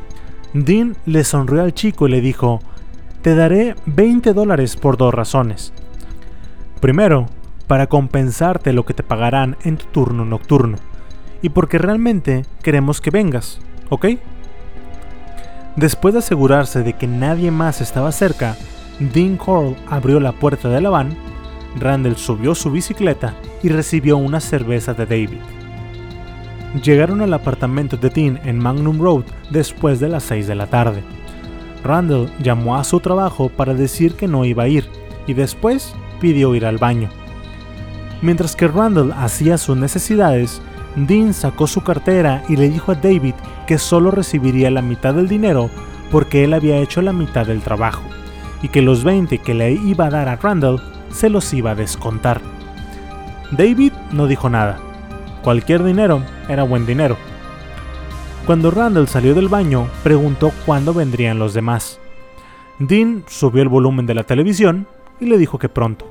Dean le sonrió al chico y le dijo: te daré $20 por 2 razones. Primero, para compensarte lo que te pagarán en tu turno nocturno, y porque realmente queremos que vengas, ¿ok? Después de asegurarse de que nadie más estaba cerca, Dean Corll abrió la puerta de la van, Randall subió su bicicleta y recibió una cerveza de David. Llegaron al apartamento de Dean en Magnum Road después de las 6 de la tarde. Randall llamó a su trabajo para decir que no iba a ir y después pidió ir al baño. Mientras que Randall hacía sus necesidades, Dean sacó su cartera y le dijo a David que solo recibiría la mitad del dinero porque él había hecho la mitad del trabajo, y que los 20 que le iba a dar a Randall se los iba a descontar. David no dijo nada. Cualquier dinero era buen dinero. Cuando Randall salió del baño, preguntó cuándo vendrían los demás. Dean subió el volumen de la televisión y le dijo que pronto.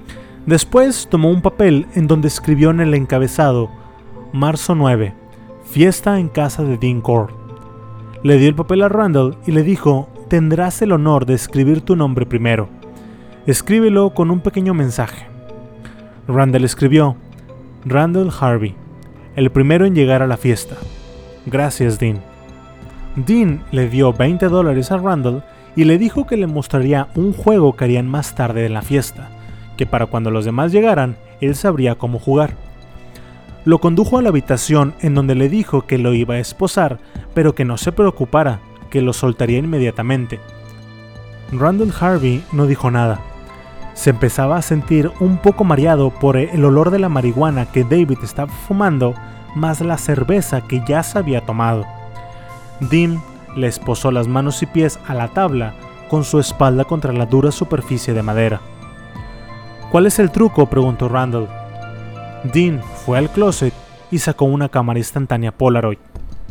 Después tomó un papel en donde escribió en el encabezado: Marzo 9, fiesta en casa de Dean Corll. Le dio el papel a Randall y le dijo: tendrás el honor de escribir tu nombre primero. Escríbelo con un pequeño mensaje. Randall escribió: Randall Harvey, el primero en llegar a la fiesta. Gracias, Dean. Dean le dio $20 a Randall y le dijo que le mostraría un juego que harían más tarde en la fiesta, que para cuando los demás llegaran, él sabría cómo jugar. Lo condujo a la habitación en donde le dijo que lo iba a esposar, pero que no se preocupara, que lo soltaría inmediatamente. Randall Harvey no dijo nada. Se empezaba a sentir un poco mareado por el olor de la marihuana que David estaba fumando, más la cerveza que ya se había tomado. Dean le esposó las manos y pies a la tabla con su espalda contra la dura superficie de madera. ¿Cuál es el truco?, preguntó Randall. Dean fue al closet y sacó una cámara instantánea Polaroid.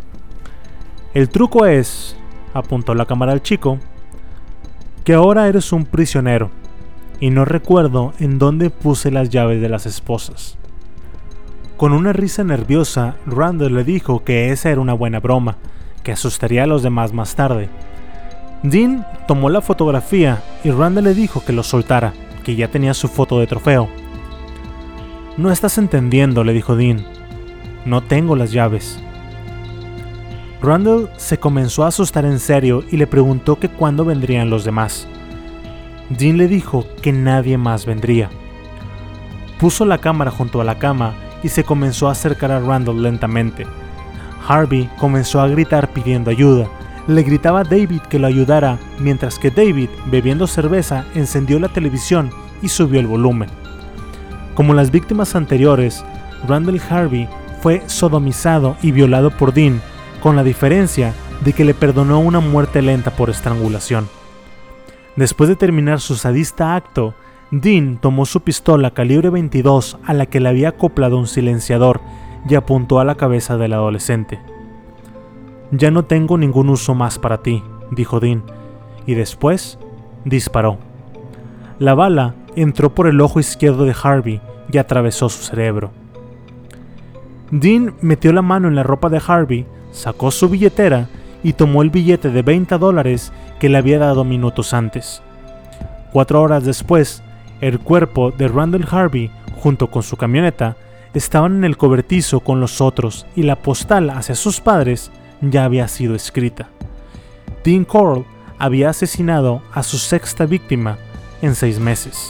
El truco es, apuntó la cámara al chico, que ahora eres un prisionero y no recuerdo en dónde puse las llaves de las esposas. Con una risa nerviosa, Randall le dijo que esa era una buena broma, que asustaría a los demás más tarde. Dean tomó la fotografía y Randall le dijo que lo soltara, que ya tenía su foto de trofeo. No estás entendiendo, le dijo Dean. no tengo las llaves. Randall se comenzó a asustar en serio y le preguntó que cuándo vendrían los demás. Dean le dijo que nadie más vendría. Puso la cámara junto a la cama y se comenzó a acercar a Randall lentamente. Harvey comenzó a gritar pidiendo ayuda. Le gritaba a David que lo ayudara, mientras que David, bebiendo cerveza, encendió la televisión y subió el volumen. Como las víctimas anteriores, Randall Harvey fue sodomizado y violado por Dean, con la diferencia de que le perdonó una muerte lenta por estrangulación. Después de terminar su sadista acto, Dean tomó su pistola calibre 22 a la que le había acoplado un silenciador y apuntó a la cabeza del adolescente. «Ya no tengo ningún uso más para ti», dijo Dean, y después disparó. La bala entró por el ojo izquierdo de Harvey y atravesó su cerebro. Dean metió la mano en la ropa de Harvey, sacó su billetera y tomó el billete de $20 que le había dado minutos antes. 4 horas después, el cuerpo de Randall Harvey, junto con su camioneta, estaban en el cobertizo con los otros y la postal hacia sus padres ya había sido escrita. Dean Corll había asesinado a su 6ª víctima en 6 meses.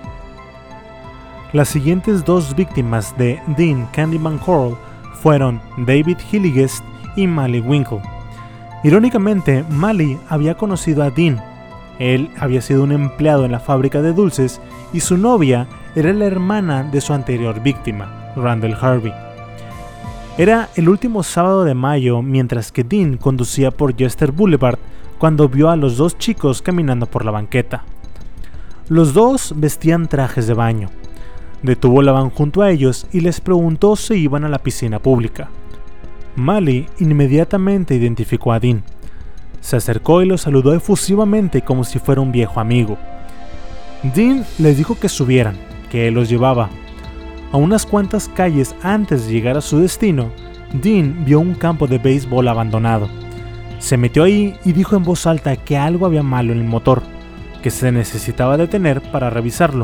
Las siguientes 2 víctimas de Dean Candyman Corll fueron David Hilligest y Mally Winkle. Irónicamente, Mally había conocido a Dean. Él había sido un empleado en la fábrica de dulces y su novia era la hermana de su anterior víctima, Randall Harvey. Era el último sábado de mayo mientras que Dean conducía por Chester Boulevard cuando vio a los 2 chicos caminando por la banqueta. Los 2 vestían trajes de baño. Detuvo la van junto a ellos y les preguntó si iban a la piscina pública. Mally inmediatamente identificó a Dean. Se acercó y lo saludó efusivamente como si fuera un viejo amigo. Dean les dijo que subieran, que él los llevaba. A unas cuantas calles antes de llegar a su destino, Dean vio un campo de béisbol abandonado. Se metió ahí y dijo en voz alta que algo había malo en el motor, que se necesitaba detener para revisarlo.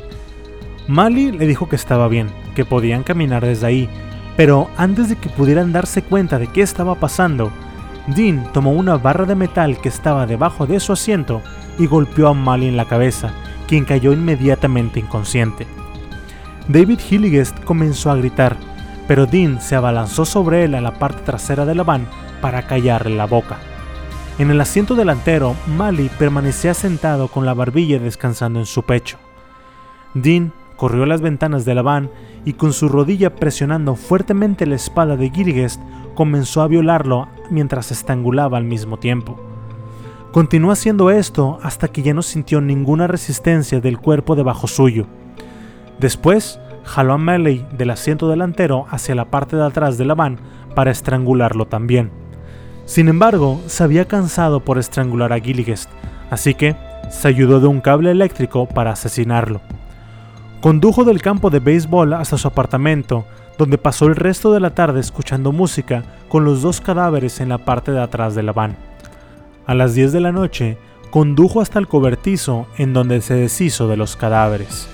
Mally le dijo que estaba bien, que podían caminar desde ahí, pero antes de que pudieran darse cuenta de qué estaba pasando, Dean tomó una barra de metal que estaba debajo de su asiento y golpeó a Mally en la cabeza, quien cayó inmediatamente inconsciente. David Hilligest comenzó a gritar, pero Dean se abalanzó sobre él a la parte trasera de la van para callarle la boca. En el asiento delantero, Mally permanecía sentado con la barbilla descansando en su pecho. Dean corrió a las ventanas de la van y con su rodilla presionando fuertemente la espalda de Hilligest comenzó a violarlo mientras estrangulaba al mismo tiempo. Continuó haciendo esto hasta que ya no sintió ninguna resistencia del cuerpo debajo suyo. Después, jaló a Mally del asiento delantero hacia la parte de atrás de la van para estrangularlo también. Sin embargo, se había cansado por estrangular a Hilligest, así que se ayudó de un cable eléctrico para asesinarlo. Condujo del campo de béisbol hasta su apartamento, donde pasó el resto de la tarde escuchando música con los 2 cadáveres en la parte de atrás de la van. A las 10 de la noche, condujo hasta el cobertizo en donde se deshizo de los cadáveres.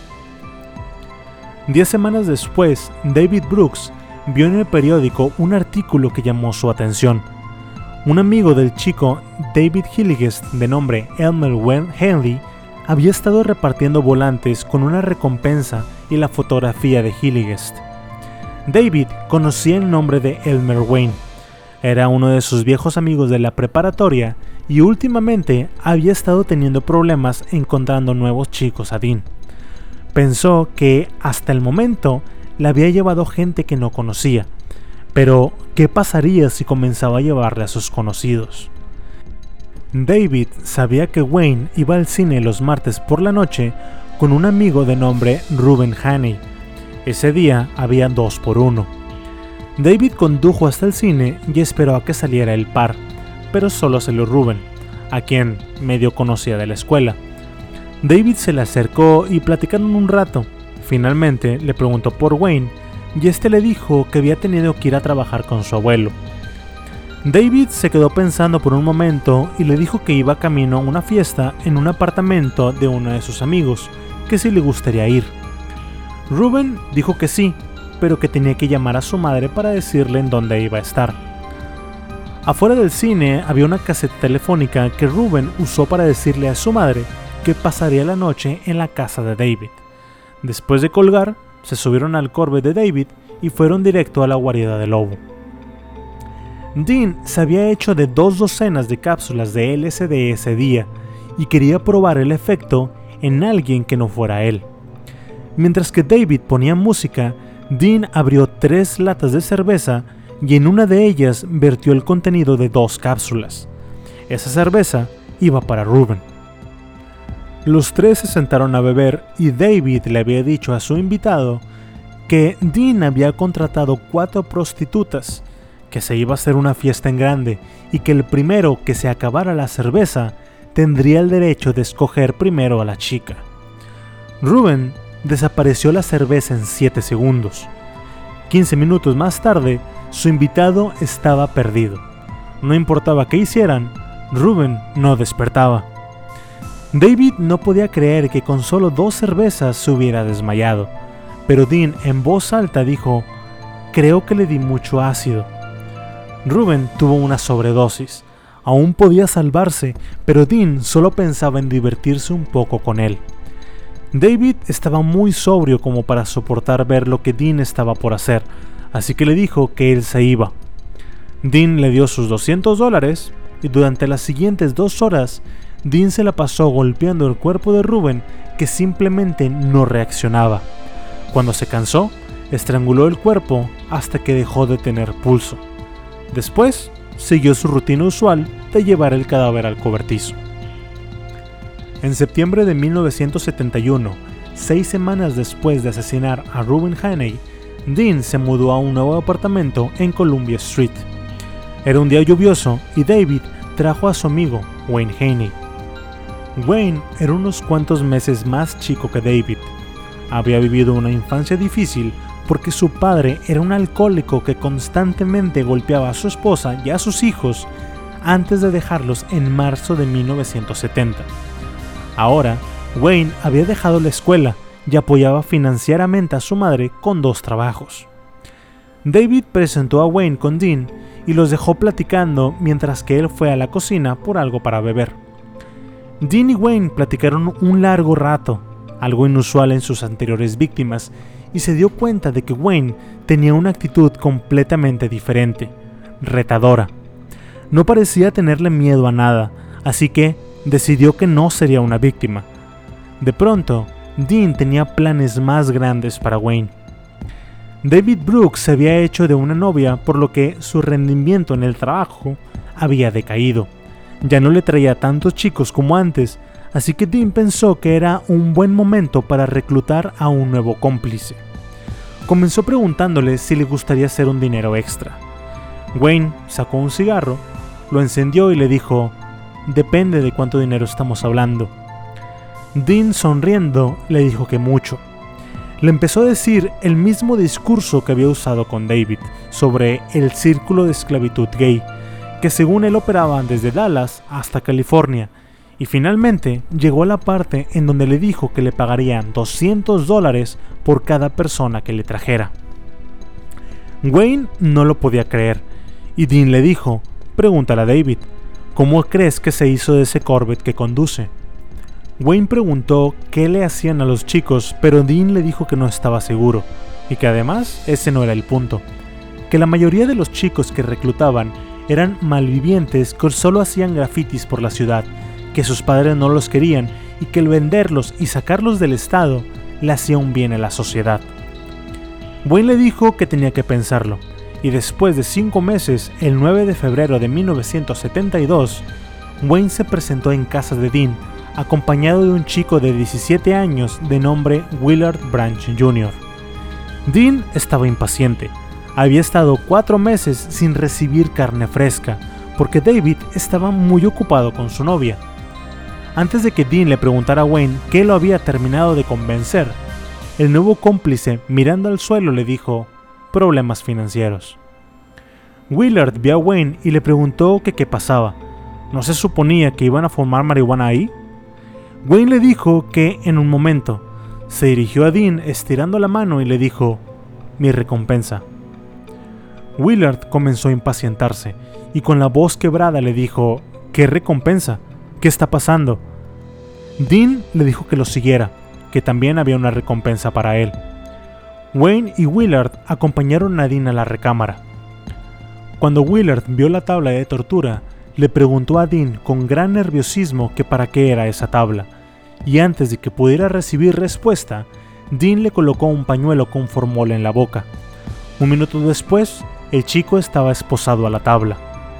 10 semanas después, David Brooks vio en el periódico un artículo que llamó su atención. Un amigo del chico David Hilligest, de nombre Elmer Wayne Henley, había estado repartiendo volantes con una recompensa y la fotografía de Hilligest. David conocía el nombre de Elmer Wayne. Era uno de sus viejos amigos de la preparatoria y últimamente había estado teniendo problemas encontrando nuevos chicos a Dean. Pensó que hasta el momento le había llevado gente que no conocía, pero ¿qué pasaría si comenzaba a llevarle a sus conocidos? David sabía que Wayne iba al cine los martes por la noche con un amigo de nombre Ruben Haney. Ese día había 2 por 1. David condujo hasta el cine y esperó a que saliera el par, pero solo salió Ruben, a quien medio conocía de la escuela. David se le acercó y platicaron un rato. Finalmente le preguntó por Wayne y este le dijo que había tenido que ir a trabajar con su abuelo. David se quedó pensando por un momento y le dijo que iba camino a una fiesta en un apartamento de uno de sus amigos, que si le gustaría ir. Ruben dijo que sí, pero que tenía que llamar a su madre para decirle en dónde iba a estar. Afuera del cine había una caseta telefónica que Ruben usó para decirle a su madre que pasaría la noche en la casa de David. Después de colgar, se subieron al Corvette de David y fueron directo a la guarida del lobo. Dean se había hecho de 2 docenas de cápsulas de LSD ese día y quería probar el efecto en alguien que no fuera él. Mientras que David ponía música, Dean abrió 3 latas de cerveza y en una de ellas vertió el contenido de 2 cápsulas. Esa cerveza iba para Ruben. Los 3 se sentaron a beber y David le había dicho a su invitado que Dean había contratado 4 prostitutas, que se iba a hacer una fiesta en grande y que el primero que se acabara la cerveza tendría el derecho de escoger primero a la chica. Ruben desapareció la cerveza en 7 segundos. 15 minutos más tarde, su invitado estaba perdido. No importaba qué hicieran, Ruben no despertaba. David no podía creer que con solo 2 cervezas se hubiera desmayado, pero Dean en voz alta dijo: "Creo que le di mucho ácido". Ruben tuvo una sobredosis. Aún podía salvarse, pero Dean solo pensaba en divertirse un poco con él. David estaba muy sobrio como para soportar ver lo que Dean estaba por hacer, así que le dijo que él se iba. Dean le dio sus $200 y durante las siguientes 2 horas, Dean se la pasó golpeando el cuerpo de Ruben, que simplemente no reaccionaba. Cuando se cansó, estranguló el cuerpo hasta que dejó de tener pulso. Después, siguió su rutina usual de llevar el cadáver al cobertizo. En septiembre de 1971, 6 semanas después de asesinar a Ruben Haney, Dean se mudó a un nuevo apartamento en Columbia Street. Era un día lluvioso y David trajo a su amigo, Wayne Haney. Wayne era unos cuantos meses más chico que David. Había vivido una infancia difícil porque su padre era un alcohólico que constantemente golpeaba a su esposa y a sus hijos antes de dejarlos en marzo de 1970. Ahora, Wayne había dejado la escuela y apoyaba financieramente a su madre con 2 trabajos. David presentó a Wayne con Dean y los dejó platicando mientras que él fue a la cocina por algo para beber. Dean y Wayne platicaron un largo rato, algo inusual en sus anteriores víctimas, y se dio cuenta de que Wayne tenía una actitud completamente diferente, retadora. No parecía tenerle miedo a nada, así que decidió que no sería una víctima. De pronto, Dean tenía planes más grandes para Wayne. David Brooks se había hecho de una novia, por lo que su rendimiento en el trabajo había decaído. Ya no le traía tantos chicos como antes, así que Dean pensó que era un buen momento para reclutar a un nuevo cómplice. Comenzó preguntándole si le gustaría hacer un dinero extra. Wayne sacó un cigarro, lo encendió y le dijo: "Depende de cuánto dinero estamos hablando". Dean, sonriendo, le dijo que mucho. Le empezó a decir el mismo discurso que había usado con David sobre el círculo de esclavitud gay, que según él operaba desde Dallas hasta California, y finalmente llegó a la parte en donde le dijo que le pagarían $200 por cada persona que le trajera. Wayne no lo podía creer, y Dean le dijo: "Pregúntale a David, ¿cómo crees que se hizo de ese Corvette que conduce?". Wayne preguntó qué le hacían a los chicos, pero Dean le dijo que no estaba seguro, y que además ese no era el punto, que la mayoría de los chicos que reclutaban eran malvivientes que solo hacían grafitis por la ciudad, que sus padres no los querían y que el venderlos y sacarlos del estado le hacía un bien a la sociedad. Wayne le dijo que tenía que pensarlo, y después de 5 meses, el 9 de febrero de 1972, Wayne se presentó en casa de Dean, acompañado de un chico de 17 años de nombre Willard Branch Jr. Dean estaba impaciente. Había estado 4 meses sin recibir carne fresca, porque David estaba muy ocupado con su novia. Antes de que Dean le preguntara a Wayne qué lo había terminado de convencer, el nuevo cómplice, mirando al suelo, le dijo: "Problemas financieros". Willard vio a Wayne y le preguntó que qué pasaba. ¿No se suponía que iban a fumar marihuana ahí? Wayne le dijo que en un momento. Se dirigió a Dean estirando la mano y le dijo: mi recompensa. Willard comenzó a impacientarse y con la voz quebrada le dijo: ¿qué recompensa? ¿Qué está pasando? Dean le dijo que lo siguiera, que también había una recompensa para él. Wayne y Willard acompañaron a Dean a la recámara. Cuando Willard vio la tabla de tortura, le preguntó a Dean con gran nerviosismo que para qué era esa tabla, y antes de que pudiera recibir respuesta, Dean le colocó un pañuelo con formol en la boca. Un minuto después, el chico estaba esposado a la tabla.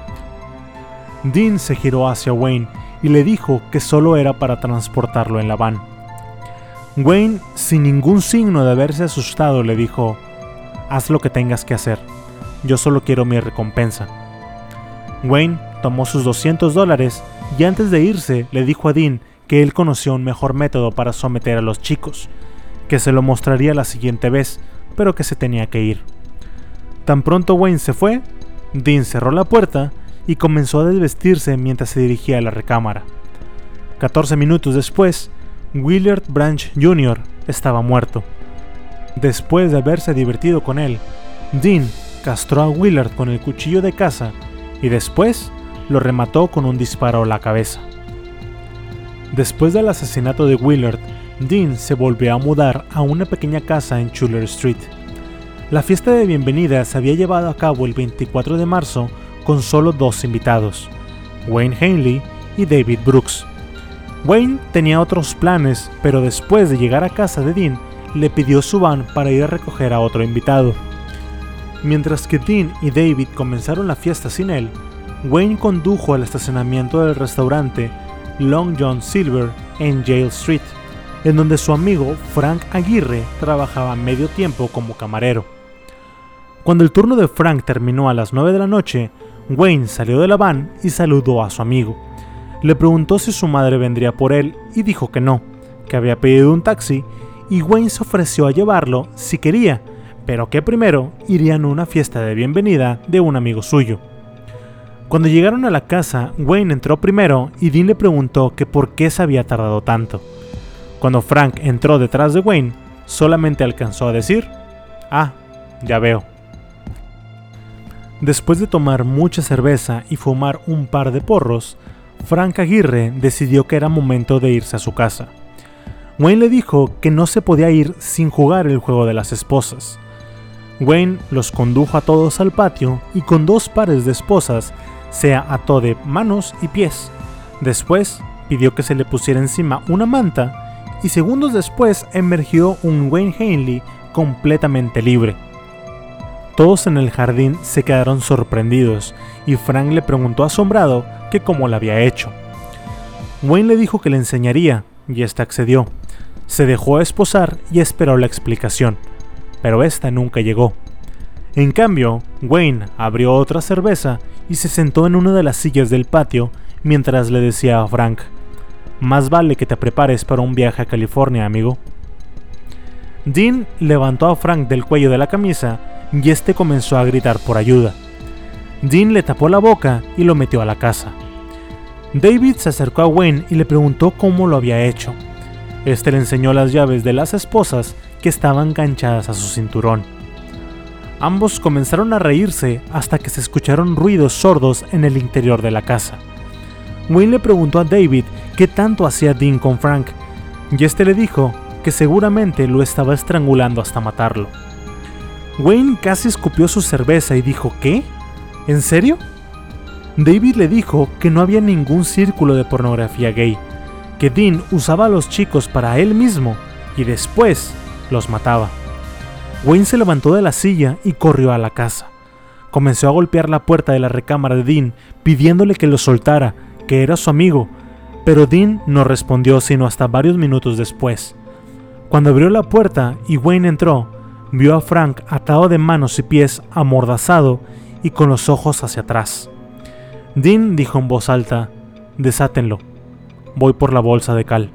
Dean se giró hacia Wayne y le dijo que solo era para transportarlo en la van. Wayne, sin ningún signo de haberse asustado, le dijo: haz lo que tengas que hacer, yo solo quiero mi recompensa. Wayne tomó sus $200 y antes de irse le dijo a Dean que él conocía un mejor método para someter a los chicos, que se lo mostraría la siguiente vez, pero que se tenía que ir. Tan pronto Wayne se fue, Dean cerró la puerta y comenzó a desvestirse mientras se dirigía a la recámara. 14 minutos después, Willard Branch Jr. estaba muerto. Después de haberse divertido con él, Dean castró a Willard con el cuchillo de caza y después lo remató con un disparo a la cabeza. Después del asesinato de Willard, Dean se volvió a mudar a una pequeña casa en Chuller Street. La fiesta de bienvenida se había llevado a cabo el 24 de marzo con solo 2 invitados, Wayne Hanley y David Brooks. Wayne tenía otros planes, pero después de llegar a casa de Dean, le pidió su van para ir a recoger a otro invitado. Mientras que Dean y David comenzaron la fiesta sin él, Wayne condujo al estacionamiento del restaurante Long John Silver en Yale Street, en donde su amigo Frank Aguirre trabajaba medio tiempo como camarero. Cuando el turno de Frank terminó a las 9 de la noche, Wayne salió de la van y saludó a su amigo. Le preguntó si su madre vendría por él y dijo que no, que había pedido un taxi, y Wayne se ofreció a llevarlo si quería, pero que primero irían a una fiesta de bienvenida de un amigo suyo. Cuando llegaron a la casa, Wayne entró primero y Dean le preguntó que por qué se había tardado tanto. Cuando Frank entró detrás de Wayne, solamente alcanzó a decir: «Ah, ya veo». Después de tomar mucha cerveza y fumar un par de porros, Frank Aguirre decidió que era momento de irse a su casa. Wayne le dijo que no se podía ir sin jugar el juego de las esposas. Wayne los condujo a todos al patio y con 2 pares de esposas se ató de manos y pies. Después pidió que se le pusiera encima una manta y segundos después emergió un Wayne Hanley completamente libre. Todos en el jardín se quedaron sorprendidos y Frank le preguntó asombrado que cómo lo había hecho. Wayne le dijo que le enseñaría y éste accedió. Se dejó esposar y esperó la explicación, pero esta nunca llegó. En cambio, Wayne abrió otra cerveza y se sentó en una de las sillas del patio mientras le decía a Frank: «Más vale que te prepares para un viaje a California, amigo». Dean levantó a Frank del cuello de la camisa y este comenzó a gritar por ayuda. Dean le tapó la boca y lo metió a la casa. David se acercó a Wayne y le preguntó cómo lo había hecho. Este le enseñó las llaves de las esposas que estaban enganchadas a su cinturón. Ambos comenzaron a reírse hasta que se escucharon ruidos sordos en el interior de la casa. Wayne le preguntó a David qué tanto hacía Dean con Frank, y este le dijo que seguramente lo estaba estrangulando hasta matarlo. Wayne casi escupió su cerveza y dijo: ¿qué? ¿En serio? David le dijo que no había ningún círculo de pornografía gay, que Dean usaba a los chicos para él mismo y después los mataba. Wayne se levantó de la silla y corrió a la casa. Comenzó a golpear la puerta de la recámara de Dean pidiéndole que lo soltara, que era su amigo, pero Dean no respondió sino hasta varios minutos después. Cuando abrió la puerta y Wayne entró, vio a Frank atado de manos y pies, amordazado y con los ojos hacia atrás. Dean dijo en voz alta: «Desátenlo, voy por la bolsa de cal».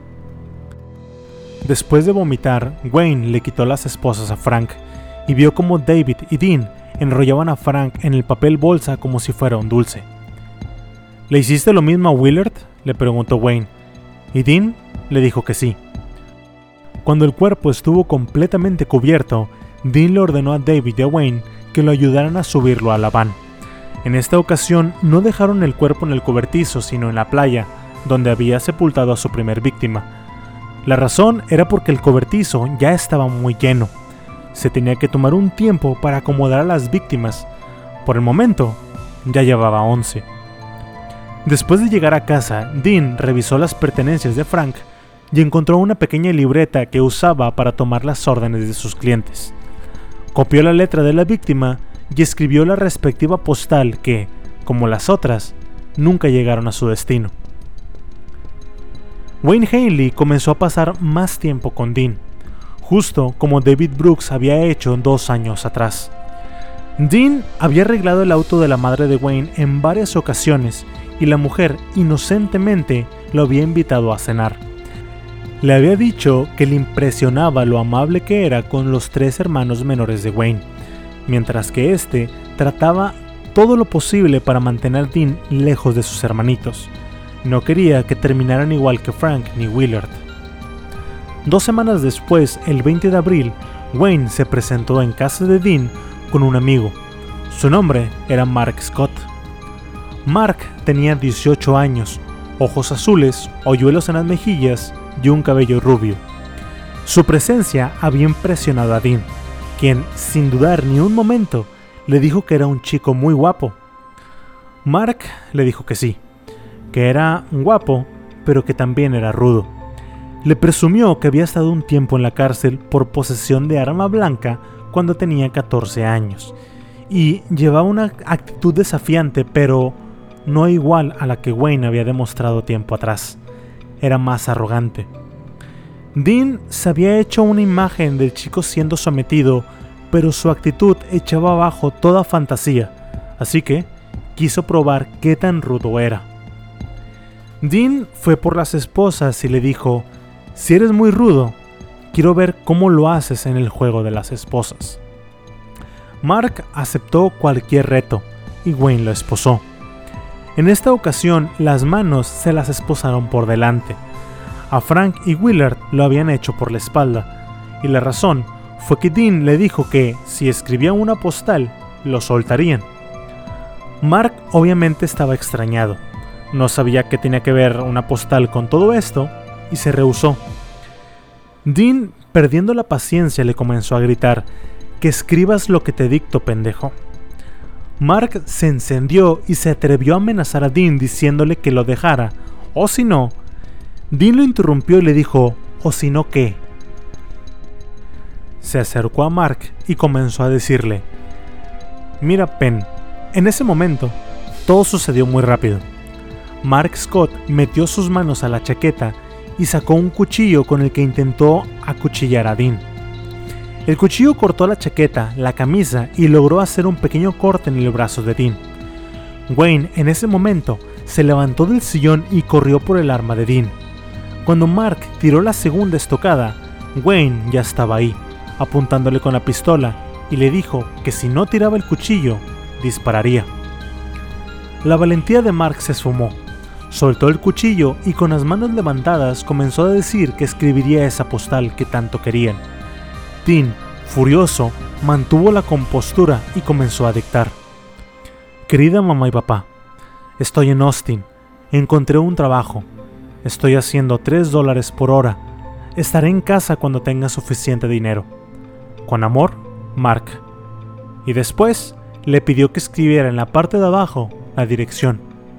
Después de vomitar, Wayne le quitó las esposas a Frank y vio como David y Dean enrollaban a Frank en el papel bolsa como si fuera un dulce. «¿Le hiciste lo mismo a Willard?», le preguntó Wayne, y Dean le dijo que sí. Cuando el cuerpo estuvo completamente cubierto, Dean le ordenó a David y a Wayne que lo ayudaran a subirlo a la van. En esta ocasión no dejaron el cuerpo en el cobertizo, sino en la playa, donde había sepultado a su primer víctima. La razón era porque el cobertizo ya estaba muy lleno. Se tenía que tomar un tiempo para acomodar a las víctimas. Por el momento, ya llevaba 11. Después de llegar a casa, Dean revisó las pertenencias de Frank y encontró una pequeña libreta que usaba para tomar las órdenes de sus clientes. Copió la letra de la víctima y escribió la respectiva postal que, como las otras, nunca llegaron a su destino. Wayne Haley comenzó a pasar más tiempo con Dean, justo como David Brooks había hecho 2 años atrás. Dean había arreglado el auto de la madre de Wayne en varias ocasiones y la mujer inocentemente lo había invitado a cenar. Le había dicho que le impresionaba lo amable que era con los 3 hermanos menores de Wayne, mientras que este trataba todo lo posible para mantener a Dean lejos de sus hermanitos. No quería que terminaran igual que Frank ni Willard. 2 semanas después, el 20 de abril, Wayne se presentó en casa de Dean con un amigo. Su nombre era Mark Scott. Mark tenía 18 años, ojos azules, hoyuelos en las mejillas y un cabello rubio. Su presencia había impresionado a Dean, quien, sin dudar ni un momento, le dijo que era un chico muy guapo. Mark le dijo que sí, que era guapo, pero que también era rudo. Le presumió que había estado un tiempo en la cárcel por posesión de arma blanca cuando tenía 14 años, y llevaba una actitud desafiante, pero no igual a la que Wayne había demostrado tiempo atrás. Era más arrogante. Dean se había hecho una imagen del chico siendo sometido, pero su actitud echaba abajo toda fantasía, así que quiso probar qué tan rudo era. Dean fue por las esposas y le dijo: «Si eres muy rudo, quiero ver cómo lo haces en el juego de las esposas». Mark aceptó cualquier reto y Wayne lo esposó. En esta ocasión, las manos se las esposaron por delante. A Frank y Willard lo habían hecho por la espalda, y la razón fue que Dean le dijo que, si escribía una postal, lo soltarían. Mark obviamente estaba extrañado. No sabía qué tenía que ver una postal con todo esto, y se rehusó. Dean, perdiendo la paciencia, le comenzó a gritar: «Que escribas lo que te dicto, pendejo». Mark se encendió y se atrevió a amenazar a Dean diciéndole que lo dejara, o si no. Dean lo interrumpió y le dijo: «¿O si no qué?». Se acercó a Mark y comenzó a decirle: «Mira, Penn». En ese momento, todo sucedió muy rápido. Mark Scott metió sus manos a la chaqueta y sacó un cuchillo con el que intentó acuchillar a Dean. El cuchillo cortó la chaqueta, la camisa y logró hacer un pequeño corte en el brazo de Dean. Wayne, en ese momento, se levantó del sillón y corrió por el arma de Dean. Cuando Mark tiró la segunda estocada, Wayne ya estaba ahí, apuntándole con la pistola, y le dijo que si no tiraba el cuchillo, dispararía. La valentía de Mark se esfumó. Soltó el cuchillo y con las manos levantadas comenzó a decir que escribiría esa postal que tanto querían. Dean, furioso, mantuvo la compostura y comenzó a dictar: «Querida mamá y papá, estoy en Austin, encontré un trabajo, estoy haciendo $3 por hora, estaré en casa cuando tenga suficiente dinero. Con amor, Mark». Y después le pidió que escribiera en la parte de abajo la dirección.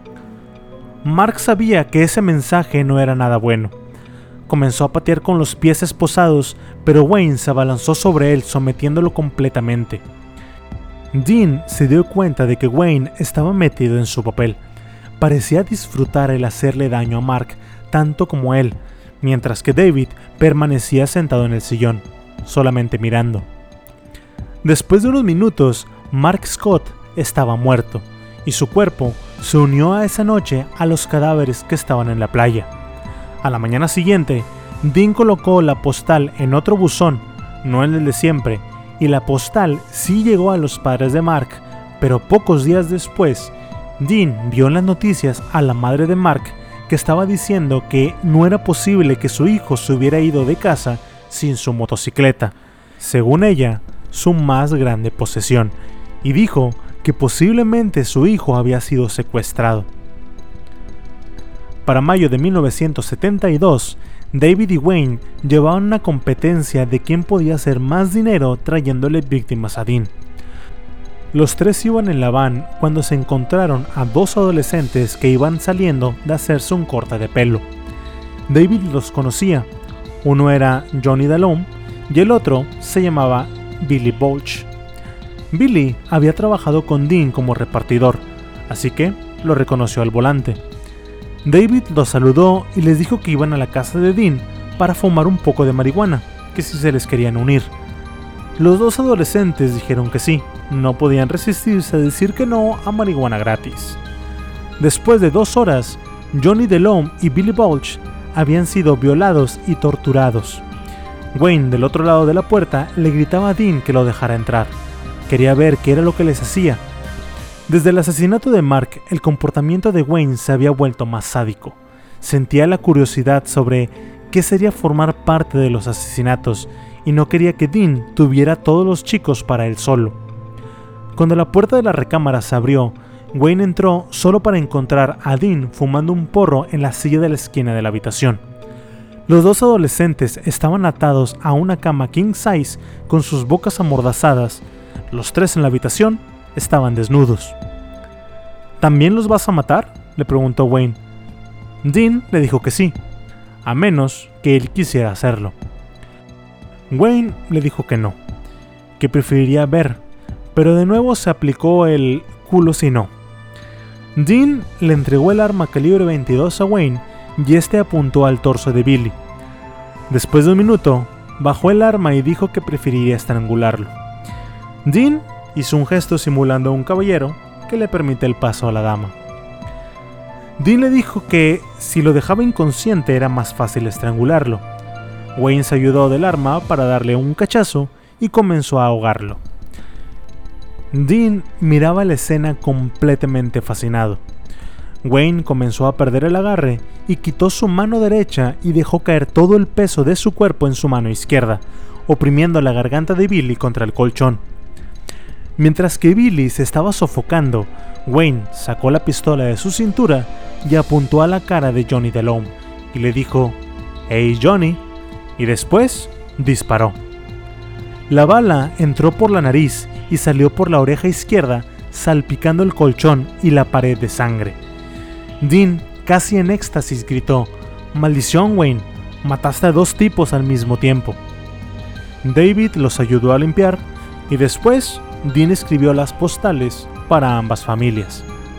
Mark sabía que ese mensaje no era nada bueno. Comenzó a patear con los pies esposados, pero Wayne se abalanzó sobre él, sometiéndolo completamente. Dean se dio cuenta de que Wayne estaba metido en su papel. Parecía disfrutar el hacerle daño a Mark tanto como él, mientras que David permanecía sentado en el sillón, solamente mirando. Después de unos minutos, Mark Scott estaba muerto, y su cuerpo se unió a esa noche a los cadáveres que estaban en la playa. A la mañana siguiente, Dean colocó la postal en otro buzón, no en el de siempre, y la postal sí llegó a los padres de Mark, pero pocos días después, Dean vio en las noticias a la madre de Mark que estaba diciendo que no era posible que su hijo se hubiera ido de casa sin su motocicleta. Según ella, su más grande posesión y dijo que posiblemente su hijo había sido secuestrado. Para mayo de 1972, David y Wayne llevaban una competencia de quién podía hacer más dinero trayéndole víctimas a Dean. Los tres iban en la van cuando se encontraron a dos adolescentes que iban saliendo de hacerse un corte de pelo. David los conocía, uno era Johnny Delhomme y el otro se llamaba Billy Balch. Billy había trabajado con Dean como repartidor, así que lo reconoció al volante. David los saludó y les dijo que iban a la casa de Dean para fumar un poco de marihuana, que si se les querían unir. Los dos adolescentes dijeron que sí, no podían resistirse a decir que no a marihuana gratis. Después de 2 horas, Johnny Delhomme y Billy Balch habían sido violados y torturados. Wayne, del otro lado de la puerta, le gritaba a Dean que lo dejara entrar. Quería ver qué era lo que les hacía. Desde el asesinato de Mark, el comportamiento de Wayne se había vuelto más sádico. Sentía la curiosidad sobre qué sería formar parte de los asesinatos y no quería que Dean tuviera a todos los chicos para él solo. Cuando la puerta de la recámara se abrió, Wayne entró solo para encontrar a Dean fumando un porro en la silla de la esquina de la habitación. Los dos adolescentes estaban atados a una cama king size con sus bocas amordazadas. Los tres en la habitación estaban desnudos. ¿También los vas a matar?, le preguntó Wayne. Dean le dijo que sí, a menos que él quisiera hacerlo. Wayne le dijo que no, que preferiría ver, pero de nuevo se aplicó el culo si no. Dean le entregó el arma calibre 22 a Wayne y este apuntó al torso de Billy. Después de 1 minuto, bajó el arma y dijo que preferiría estrangularlo. Dean hizo un gesto simulando a un caballero que le permite el paso a la dama. Dean le dijo que si lo dejaba inconsciente era más fácil estrangularlo. Wayne se ayudó del arma para darle un cachazo y comenzó a ahogarlo. Dean miraba la escena completamente fascinado. Wayne comenzó a perder el agarre y quitó su mano derecha y dejó caer todo el peso de su cuerpo en su mano izquierda, oprimiendo la garganta de Billy contra el colchón. Mientras que Billy se estaba sofocando, Wayne sacó la pistola de su cintura y apuntó a la cara de Johnny Delhomme y le dijo «Hey Johnny», y después disparó. La bala entró por la nariz y salió por la oreja izquierda, salpicando el colchón y la pared de sangre. Dean, casi en éxtasis, gritó «¡Maldición, Wayne! Mataste a 2 tipos al mismo tiempo». David los ayudó a limpiar y después Dean escribió las postales para ambas familias.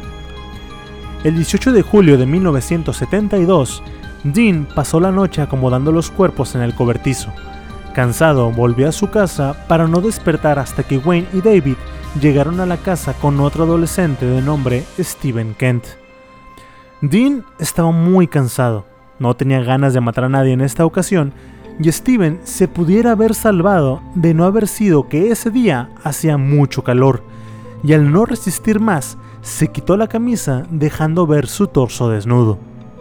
El 18 de julio de 1972, Dean pasó la noche acomodando los cuerpos en el cobertizo. Cansado, volvió a su casa para no despertar hasta que Wayne y David llegaron a la casa con otro adolescente de nombre Steven Kent. Dean estaba muy cansado, no tenía ganas de matar a nadie en esta ocasión, y Steven se pudiera haber salvado de no haber sido que ese día hacía mucho calor, y al no resistir más, se quitó la camisa dejando ver su torso desnudo.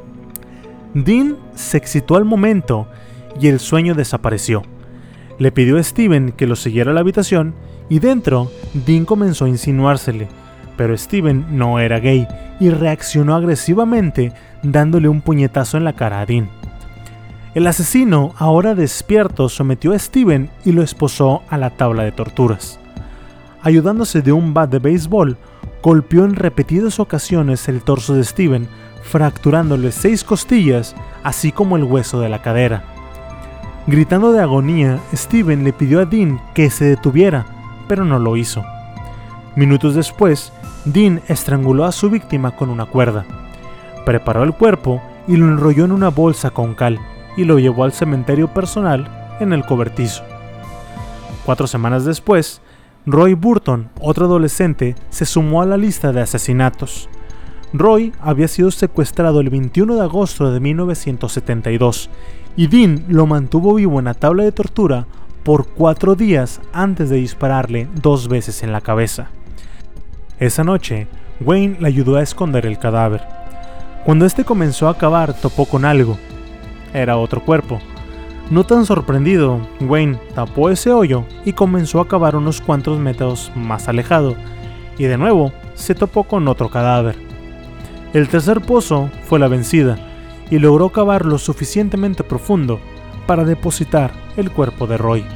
Dean se excitó al momento y el sueño desapareció. Le pidió a Steven que lo siguiera a la habitación y dentro Dean comenzó a insinuársele, pero Steven no era gay y reaccionó agresivamente dándole un puñetazo en la cara a Dean. El asesino, ahora despierto, sometió a Steven y lo esposó a la tabla de torturas. Ayudándose de un bat de béisbol, golpeó en repetidas ocasiones el torso de Steven, fracturándole 6 costillas, así como el hueso de la cadera. Gritando de agonía, Steven le pidió a Dean que se detuviera, pero no lo hizo. Minutos después, Dean estranguló a su víctima con una cuerda. Preparó el cuerpo y lo enrolló en una bolsa con cal y lo llevó al cementerio personal en el cobertizo. 4 semanas después, Roy Burton, otro adolescente, se sumó a la lista de asesinatos. Roy había sido secuestrado el 21 de agosto de 1972 y Dean lo mantuvo vivo en la tabla de tortura por 4 días antes de dispararle 2 veces en la cabeza. Esa noche, Wayne le ayudó a esconder el cadáver. Cuando este comenzó a cavar, topó con algo. Era otro cuerpo. No tan sorprendido, Wayne tapó ese hoyo y comenzó a cavar unos cuantos metros más alejado, y de nuevo se topó con otro cadáver. El tercer pozo fue la vencida, y logró cavar lo suficientemente profundo para depositar el cuerpo de Roy.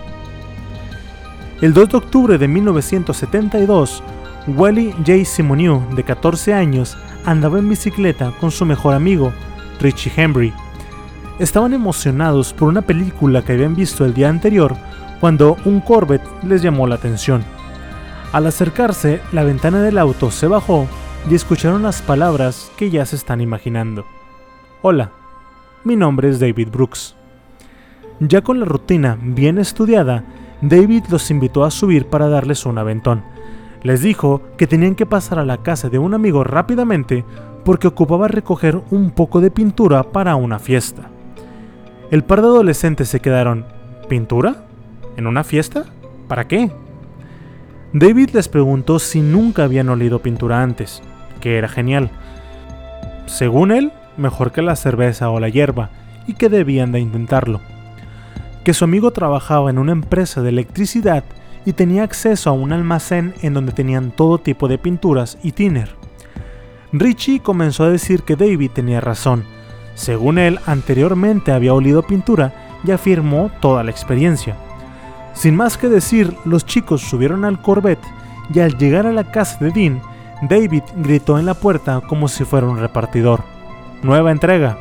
El 2 de octubre de 1972, Wally J. Simoniu, de 14 años, andaba en bicicleta con su mejor amigo, Richie Henry. Estaban emocionados por una película que habían visto el día anterior cuando un Corvette les llamó la atención. Al acercarse, la ventana del auto se bajó y escucharon las palabras que ya se están imaginando. Hola, mi nombre es David Brooks. Ya con la rutina bien estudiada, David los invitó a subir para darles un aventón. Les dijo que tenían que pasar a la casa de un amigo rápidamente porque ocupaba recoger un poco de pintura para una fiesta. El par de adolescentes se quedaron. ¿Pintura? ¿En una fiesta? ¿Para qué? David les preguntó si nunca habían olido pintura antes, que era genial. Según él, mejor que la cerveza o la hierba, y que debían de intentarlo. Que su amigo trabajaba en una empresa de electricidad y tenía acceso a un almacén en donde tenían todo tipo de pinturas y thinner. Richie comenzó a decir que David tenía razón. Según él, anteriormente había olido pintura y afirmó toda la experiencia. Sin más que decir, los chicos subieron al Corvette y al llegar a la casa de Dean, David gritó en la puerta como si fuera un repartidor. ¡Nueva entrega!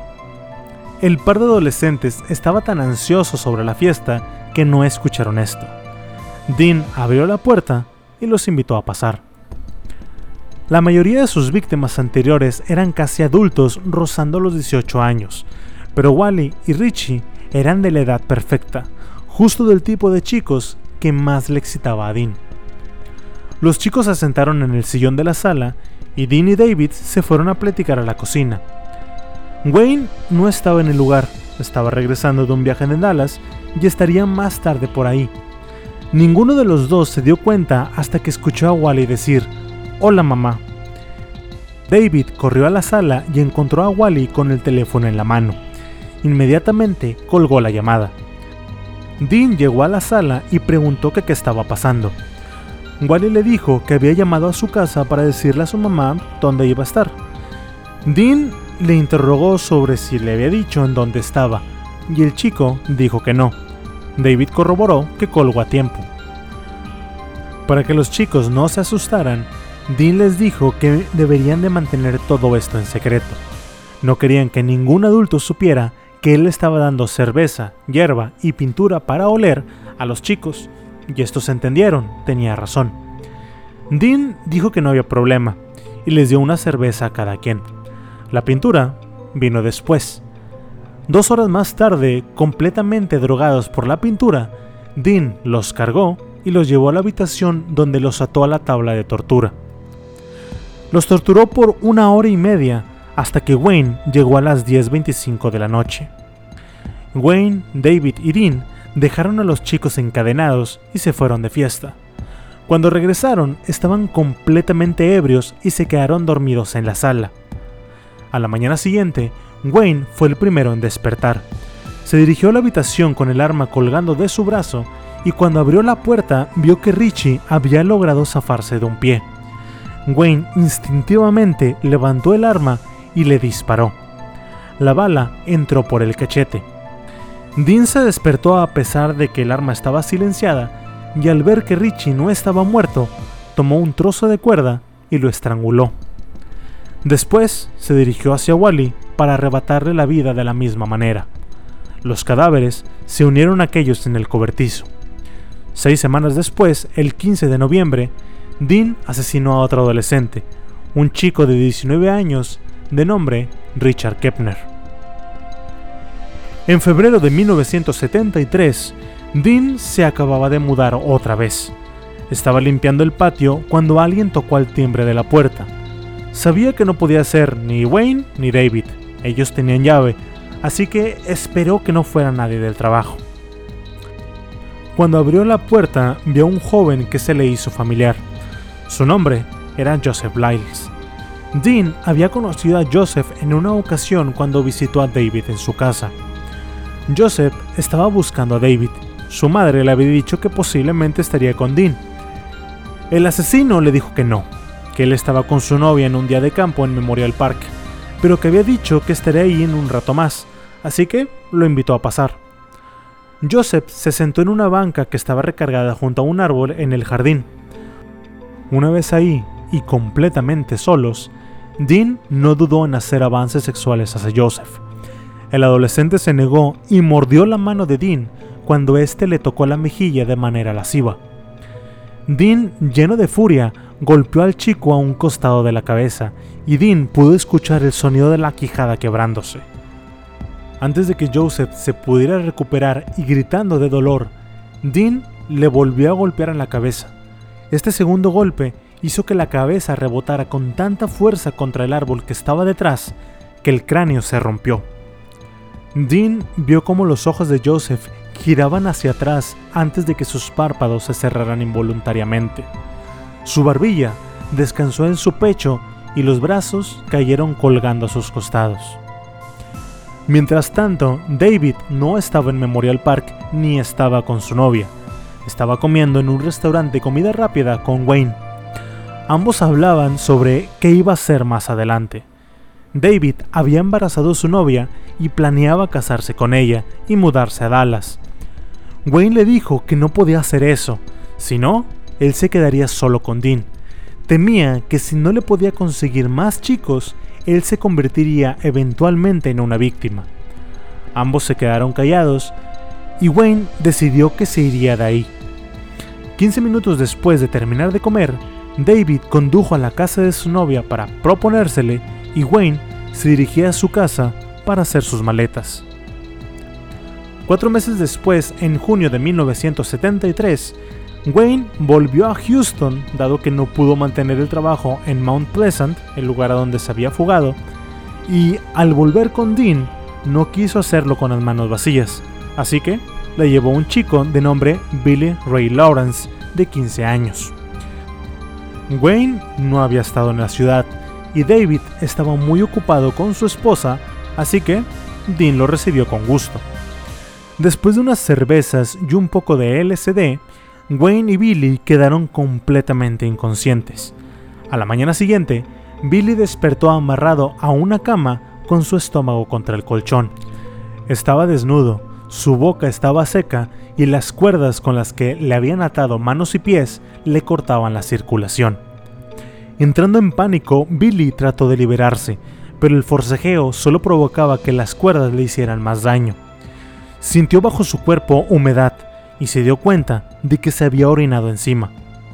El par de adolescentes estaba tan ansioso sobre la fiesta que no escucharon esto. Dean abrió la puerta y los invitó a pasar. La mayoría de sus víctimas anteriores eran casi adultos rozando los 18 años, pero Wally y Richie eran de la edad perfecta, justo del tipo de chicos que más le excitaba a Dean. Los chicos se sentaron en el sillón de la sala y Dean y David se fueron a platicar a la cocina. Wayne no estaba en el lugar, estaba regresando de un viaje en Dallas y estaría más tarde por ahí. Ninguno de los dos se dio cuenta hasta que escuchó a Wally decir: «Hola, mamá». David corrió a la sala y encontró a Wally con el teléfono en la mano. Inmediatamente colgó la llamada. Dean llegó a la sala y preguntó que qué estaba pasando. Wally le dijo que había llamado a su casa para decirle a su mamá dónde iba a estar. Dean le interrogó sobre si le había dicho en dónde estaba, y el chico dijo que no. David corroboró que colgó a tiempo. Para que los chicos no se asustaran, Dean les dijo que deberían de mantener todo esto en secreto. No querían que ningún adulto supiera que él estaba dando cerveza, hierba y pintura para oler a los chicos, y estos entendieron, tenía razón. Dean dijo que no había problema, y les dio una cerveza a cada quien. La pintura vino después. 2 horas más tarde, completamente drogados por la pintura, Dean los cargó y los llevó a la habitación donde los ató a la tabla de tortura. Los torturó por 1 hora y media hasta que Wayne llegó a las 10:25 de la noche. Wayne, David y Dean dejaron a los chicos encadenados y se fueron de fiesta. Cuando regresaron, estaban completamente ebrios y se quedaron dormidos en la sala. A la mañana siguiente, Wayne fue el primero en despertar. Se dirigió a la habitación con el arma colgando de su brazo y cuando abrió la puerta vio que Richie había logrado zafarse de un pie. Wayne instintivamente levantó el arma y le disparó. La bala entró por el cachete. Dean se despertó a pesar de que el arma estaba silenciada y al ver que Richie no estaba muerto, tomó un trozo de cuerda y lo estranguló. Después se dirigió hacia Wally para arrebatarle la vida de la misma manera. Los cadáveres se unieron a aquellos en el cobertizo. 6 semanas después, el 15 de noviembre, Dean asesinó a otro adolescente, un chico de 19 años de nombre Richard Kepner. En febrero de 1973, Dean se acababa de mudar otra vez. Estaba limpiando el patio cuando alguien tocó al timbre de la puerta. Sabía que no podía ser ni Wayne ni David, ellos tenían llave, así que esperó que no fuera nadie del trabajo. Cuando abrió la puerta, vio a un joven que se le hizo familiar. Su nombre era Joseph Lyles. Dean había conocido a Joseph en una ocasión cuando visitó a David en su casa. Joseph estaba buscando a David. Su madre le había dicho que posiblemente estaría con Dean. El asesino le dijo que no, que él estaba con su novia en un día de campo en Memorial Park, pero que había dicho que estaría ahí en un rato más, así que lo invitó a pasar. Joseph se sentó en una banca que estaba recargada junto a un árbol en el jardín. Una vez ahí, y completamente solos, Dean no dudó en hacer avances sexuales hacia Joseph. El adolescente se negó y mordió la mano de Dean cuando éste le tocó la mejilla de manera lasciva. Dean, lleno de furia, golpeó al chico a un costado de la cabeza y Dean pudo escuchar el sonido de la quijada quebrándose. Antes de que Joseph se pudiera recuperar y gritando de dolor, Dean le volvió a golpear en la cabeza. Este segundo golpe hizo que la cabeza rebotara con tanta fuerza contra el árbol que estaba detrás que el cráneo se rompió. Dean vio cómo los ojos de Joseph giraban hacia atrás antes de que sus párpados se cerraran involuntariamente. Su barbilla descansó en su pecho y los brazos cayeron colgando a sus costados. Mientras tanto, David no estaba en Memorial Park ni estaba con su novia. Estaba comiendo en un restaurante de comida rápida con Wayne. Ambos hablaban sobre qué iba a hacer más adelante. David había embarazado a su novia y planeaba casarse con ella y mudarse a Dallas. Wayne le dijo que no podía hacer eso, si no, él se quedaría solo con Dean. Temía que si no le podía conseguir más chicos, él se convertiría eventualmente en una víctima. Ambos se quedaron callados y Wayne decidió que se iría de ahí. 15 minutos después de terminar de comer, David condujo a la casa de su novia para proponérsele y Wayne se dirigía a su casa para hacer sus maletas. 4 meses después, en junio de 1973, Wayne volvió a Houston, dado que no pudo mantener el trabajo en Mount Pleasant, el lugar a donde se había fugado, y al volver con Dean, no quiso hacerlo con las manos vacías, así que le llevó un chico de nombre Billy Ray Lawrence, de 15 años. Wayne no había estado en la ciudad, y David estaba muy ocupado con su esposa, así que Dean lo recibió con gusto. Después de unas cervezas y un poco de LSD, Wayne y Billy quedaron completamente inconscientes. A la mañana siguiente, Billy despertó amarrado a una cama con su estómago contra el colchón. Estaba desnudo, su boca estaba seca y las cuerdas con las que le habían atado manos y pies le cortaban la circulación. Entrando en pánico, Billy trató de liberarse, pero el forcejeo solo provocaba que las cuerdas le hicieran más daño. Sintió bajo su cuerpo humedad y se dio cuenta de que se había orinado encima.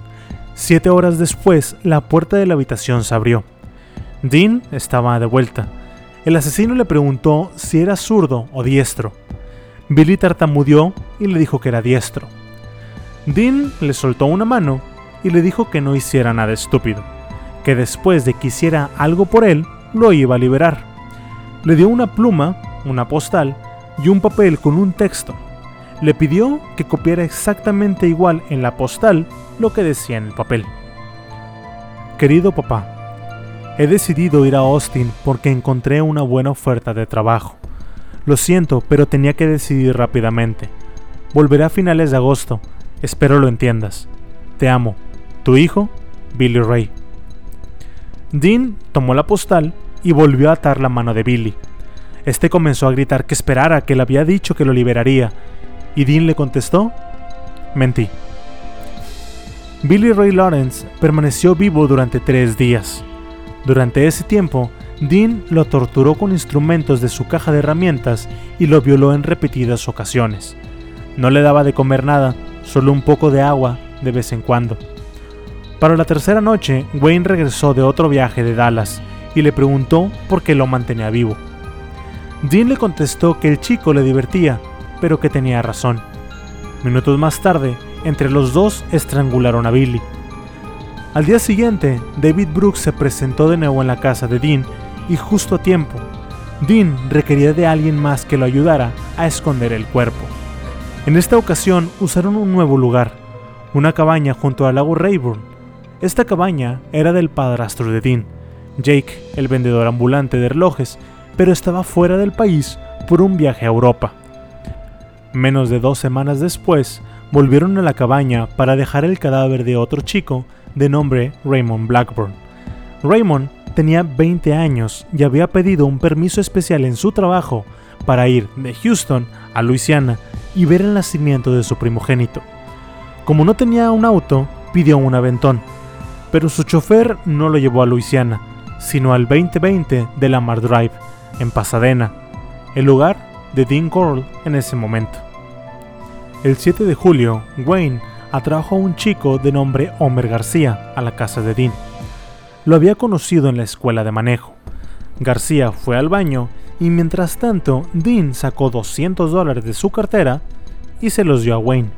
7 horas después, la puerta de la habitación se abrió. Dean estaba de vuelta. El asesino le preguntó si era zurdo o diestro. Billy tartamudeó y le dijo que era diestro. Dean le soltó una mano y le dijo que no hiciera nada estúpido, que después de que hiciera algo por él, lo iba a liberar. Le dio una pluma, una postal y un papel con un texto. Le pidió que copiara exactamente igual en la postal lo que decía en el papel. Querido papá, he decidido ir a Austin porque encontré una buena oferta de trabajo. Lo siento, pero tenía que decidir rápidamente. Volveré a finales de agosto. Espero lo entiendas. Te amo. Tu hijo, Billy Ray. Dean tomó la postal y volvió a atar la mano de Billy. Este comenzó a gritar que esperara, que le había dicho que lo liberaría, y Dean le contestó: mentí. Billy Ray Lawrence permaneció vivo durante 3 días. Durante ese tiempo, Dean lo torturó con instrumentos de su caja de herramientas y lo violó en repetidas ocasiones. No le daba de comer nada, solo un poco de agua de vez en cuando. Para la tercera noche, Wayne regresó de otro viaje de Dallas y le preguntó por qué lo mantenía vivo. Dean le contestó que el chico le divertía, pero que tenía razón. Minutos más tarde, entre los dos estrangularon a Billy. Al día siguiente, David Brooks se presentó de nuevo en la casa de Dean y justo a tiempo. Dean requería de alguien más que lo ayudara a esconder el cuerpo. En esta ocasión usaron un nuevo lugar, una cabaña junto al lago Rayburn. Esta cabaña era del padrastro de Dean, Jake, el vendedor ambulante de relojes, pero estaba fuera del país por un viaje a Europa. Menos de 2 semanas después, volvieron a la cabaña para dejar el cadáver de otro chico de nombre Raymond Blackburn. Raymond tenía 20 años y había pedido un permiso especial en su trabajo para ir de Houston a Luisiana y ver el nacimiento de su primogénito. Como no tenía un auto, pidió un aventón, pero su chofer no lo llevó a Luisiana, sino al 2020 de Lamar Drive, en Pasadena, el lugar de Dean Corll en ese momento. El 7 de julio, Wayne atrajo a un chico de nombre Homer García a la casa de Dean. Lo había conocido en la escuela de manejo. García fue al baño y mientras tanto Dean sacó $200 de su cartera y se los dio a Wayne.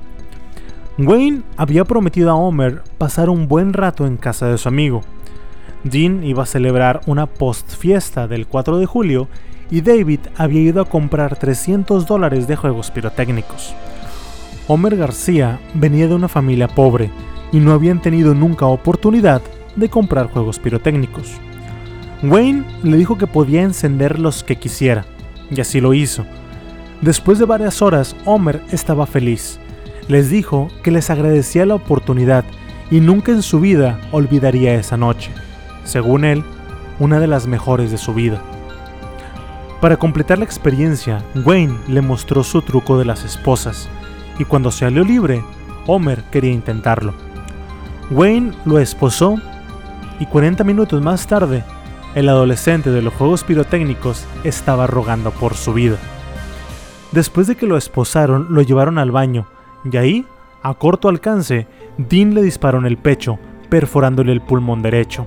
Wayne había prometido a Homer pasar un buen rato en casa de su amigo. Dean iba a celebrar una post-fiesta del 4 de julio y David había ido a comprar $300 de juegos pirotécnicos. Homer García venía de una familia pobre y no habían tenido nunca oportunidad de comprar juegos pirotécnicos. Wayne le dijo que podía encender los que quisiera, y así lo hizo. Después de varias horas, Homer estaba feliz. Les dijo que les agradecía la oportunidad y nunca en su vida olvidaría esa noche, según él, una de las mejores de su vida. Para completar la experiencia, Wayne le mostró su truco de las esposas, y cuando salió libre, Homer quería intentarlo. Wayne lo esposó y 40 minutos más tarde, el adolescente de los juegos pirotécnicos estaba rogando por su vida. Después de que lo esposaron, lo llevaron al baño y ahí, a corto alcance, Dean le disparó en el pecho, perforándole el pulmón derecho.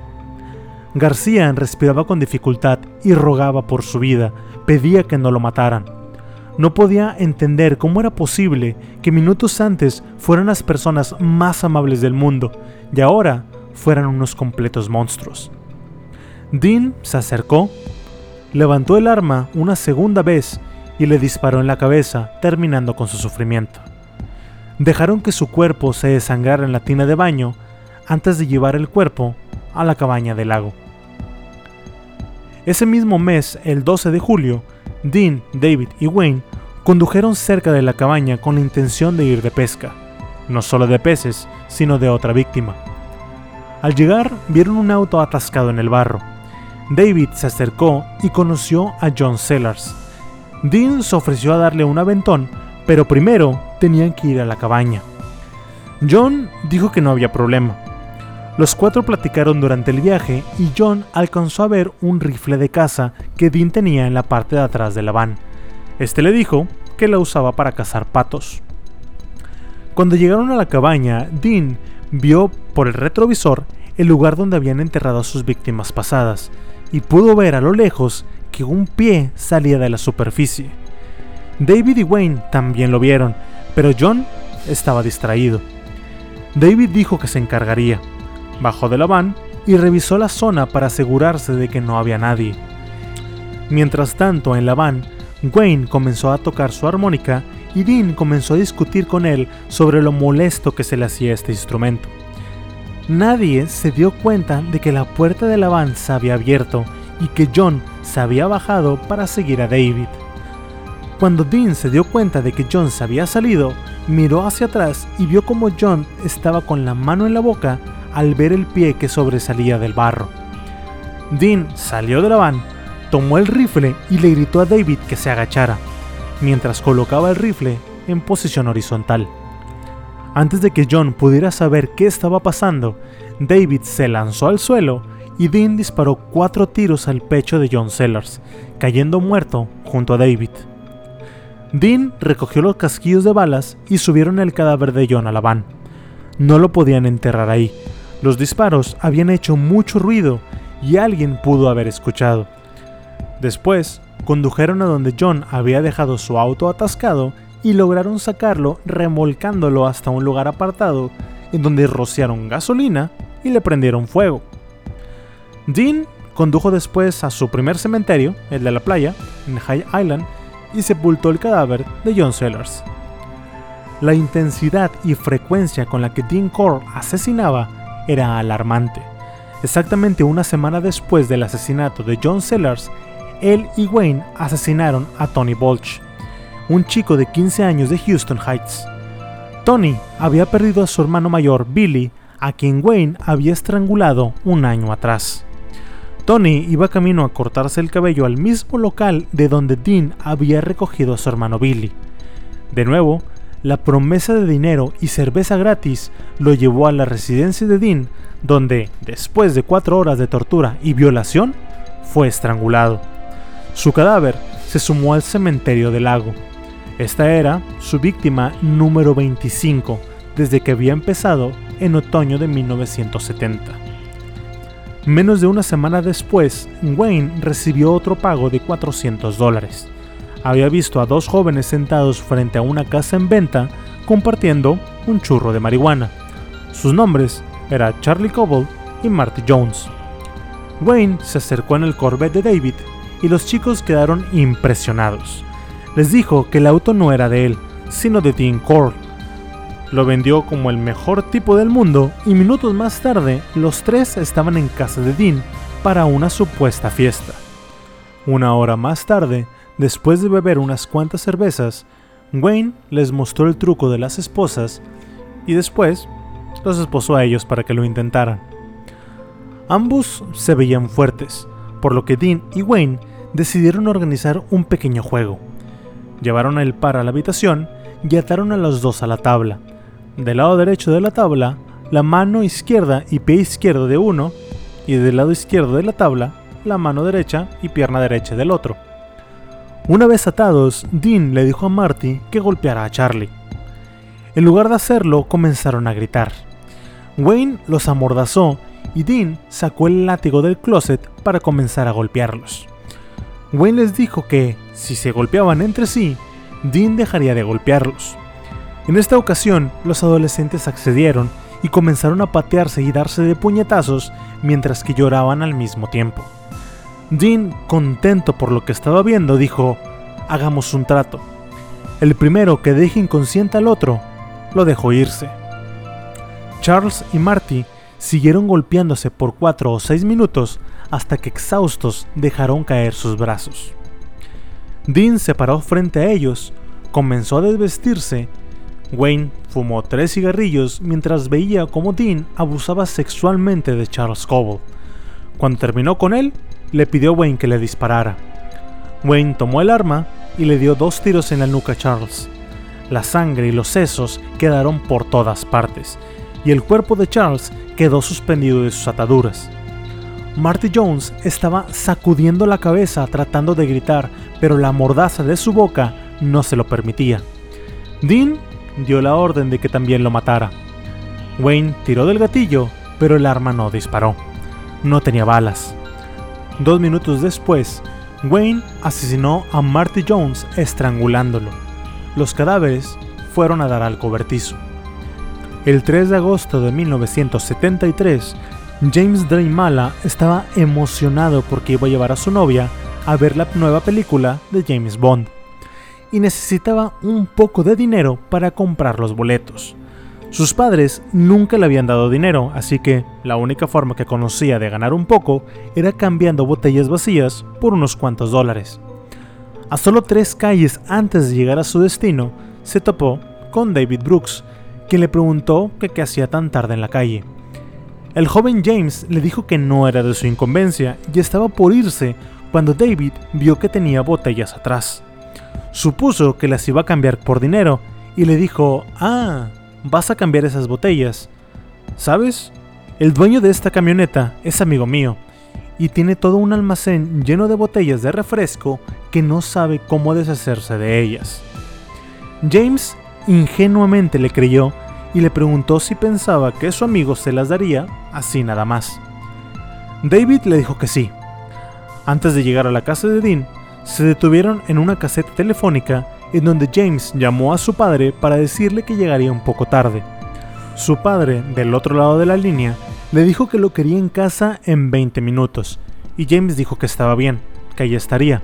García respiraba con dificultad y rogaba por su vida, pedía que no lo mataran. No podía entender cómo era posible que minutos antes fueran las personas más amables del mundo y ahora fueran unos completos monstruos. Dean se acercó, levantó el arma una segunda vez y le disparó en la cabeza, terminando con su sufrimiento. Dejaron que su cuerpo se desangrara en la tina de baño antes de llevar el cuerpo a la cabaña del lago. Ese mismo mes, el 12 de julio, Dean, David y Wayne condujeron cerca de la cabaña con la intención de ir de pesca, no solo de peces, sino de otra víctima. Al llegar, vieron un auto atascado en el barro. David se acercó y conoció a John Sellers. Dean se ofreció a darle un aventón, pero primero tenían que ir a la cabaña. John dijo que no había problema. Los cuatro platicaron durante el viaje y John alcanzó a ver un rifle de caza que Dean tenía en la parte de atrás de la van. Este le dijo que la usaba para cazar patos. Cuando llegaron a la cabaña, Dean vio por el retrovisor el lugar donde habían enterrado a sus víctimas pasadas y pudo ver a lo lejos que un pie salía de la superficie. David y Wayne también lo vieron, pero John estaba distraído. David dijo que se encargaría. Bajó de la van y revisó la zona para asegurarse de que no había nadie. Mientras tanto, en la van, Wayne comenzó a tocar su armónica y Dean comenzó a discutir con él sobre lo molesto que se le hacía este instrumento. Nadie se dio cuenta de que la puerta de la van se había abierto y que John se había bajado para seguir a David. Cuando Dean se dio cuenta de que John se había salido, miró hacia atrás y vio como John estaba con la mano en la boca al ver el pie que sobresalía del barro. Dean salió de la van, tomó el rifle y le gritó a David que se agachara, mientras colocaba el rifle en posición horizontal. Antes de que John pudiera saber qué estaba pasando, David se lanzó al suelo y Dean disparó 4 tiros al pecho de John Sellers, cayendo muerto junto a David. Dean recogió los casquillos de balas y subieron el cadáver de John a la van. No lo podían enterrar ahí. Los disparos habían hecho mucho ruido y alguien pudo haber escuchado. Después, condujeron a donde John había dejado su auto atascado y lograron sacarlo remolcándolo hasta un lugar apartado en donde rociaron gasolina y le prendieron fuego. Dean condujo después a su primer cementerio, el de la playa, en High Island, y sepultó el cadáver de John Sellers. La intensidad y frecuencia con la que Dean Corll asesinaba era alarmante. Exactamente una semana después del asesinato de John Sellers, él y Wayne asesinaron a Tony Balch, un chico de 15 años de Houston Heights. Tony había perdido a su hermano mayor, Billy, a quien Wayne había estrangulado un año atrás. Tony iba camino a cortarse el cabello al mismo local de donde Dean había recogido a su hermano Billy. De nuevo, la promesa de dinero y cerveza gratis lo llevó a la residencia de Dean, donde, después de 4 horas de tortura y violación, fue estrangulado. Su cadáver se sumó al cementerio del lago. Esta era su víctima número 25 desde que había empezado en otoño de 1970. Menos de una semana después, Wayne recibió otro pago de $400. Había visto a 2 jóvenes sentados frente a una casa en venta compartiendo un churro de marihuana. Sus nombres eran Charlie Coble y Marty Jones. Wayne se acercó en el Corvette de David y los chicos quedaron impresionados. Les dijo que el auto no era de él, sino de Dean Corll. Lo vendió como el mejor tipo del mundo y minutos más tarde los 3 estaban en casa de Dean para una supuesta fiesta. Una hora más tarde, después de beber unas cuantas cervezas, Wayne les mostró el truco de las esposas y después los esposó a ellos para que lo intentaran. Ambos se veían fuertes, por lo que Dean y Wayne decidieron organizar un pequeño juego. Llevaron el par a la habitación y ataron a los 2 a la tabla. Del lado derecho de la tabla, la mano izquierda y pie izquierdo de uno, y del lado izquierdo de la tabla, la mano derecha y pierna derecha del otro. Una vez atados, Dean le dijo a Marty que golpeara a Charlie. En lugar de hacerlo, comenzaron a gritar. Wayne los amordazó y Dean sacó el látigo del closet para comenzar a golpearlos. Wayne les dijo que, si se golpeaban entre sí, Dean dejaría de golpearlos. En esta ocasión, los adolescentes accedieron y comenzaron a patearse y darse de puñetazos mientras que lloraban al mismo tiempo. Dean, contento por lo que estaba viendo, dijo: «Hagamos un trato. El primero que deje inconsciente al otro, lo dejo irse». Charles y Marty siguieron golpeándose por 4 o 6 minutos hasta que exhaustos dejaron caer sus brazos. Dean se paró frente a ellos, comenzó a desvestirse. Wayne fumó 3 cigarrillos mientras veía cómo Dean abusaba sexualmente de Charles Coble. Cuando terminó con él, le pidió a Wayne que le disparara. Wayne tomó el arma y le dio 2 tiros en la nuca a Charles. La sangre y los sesos quedaron por todas partes, y el cuerpo de Charles quedó suspendido de sus ataduras. Marty Jones estaba sacudiendo la cabeza tratando de gritar, pero la mordaza de su boca no se lo permitía. Dean dio la orden de que también lo matara. Wayne tiró del gatillo, pero el arma no disparó. No tenía balas. 2 minutos después, Wayne asesinó a Marty Jones estrangulándolo. Los cadáveres fueron a dar al cobertizo. El 3 de agosto de 1973, James Dreymala estaba emocionado porque iba a llevar a su novia a ver la nueva película de James Bond y necesitaba un poco de dinero para comprar los boletos. Sus padres nunca le habían dado dinero, así que la única forma que conocía de ganar un poco era cambiando botellas vacías por unos cuantos dólares. A solo 3 calles antes de llegar a su destino, se topó con David Brooks, quien le preguntó que qué hacía tan tarde en la calle. El joven James le dijo que no era de su incumbencia y estaba por irse cuando David vio que tenía botellas atrás. Supuso que las iba a cambiar por dinero y le dijo: «Ah, vas a cambiar esas botellas. ¿Sabes? El dueño de esta camioneta es amigo mío y tiene todo un almacén lleno de botellas de refresco que no sabe cómo deshacerse de ellas». James ingenuamente le creyó y le preguntó si pensaba que su amigo se las daría así nada más. David le dijo que sí. Antes de llegar a la casa de Dean, se detuvieron en una caseta telefónica en donde James llamó a su padre para decirle que llegaría un poco tarde. Su padre, del otro lado de la línea, le dijo que lo quería en casa en 20 minutos, y James dijo que estaba bien, que allí estaría.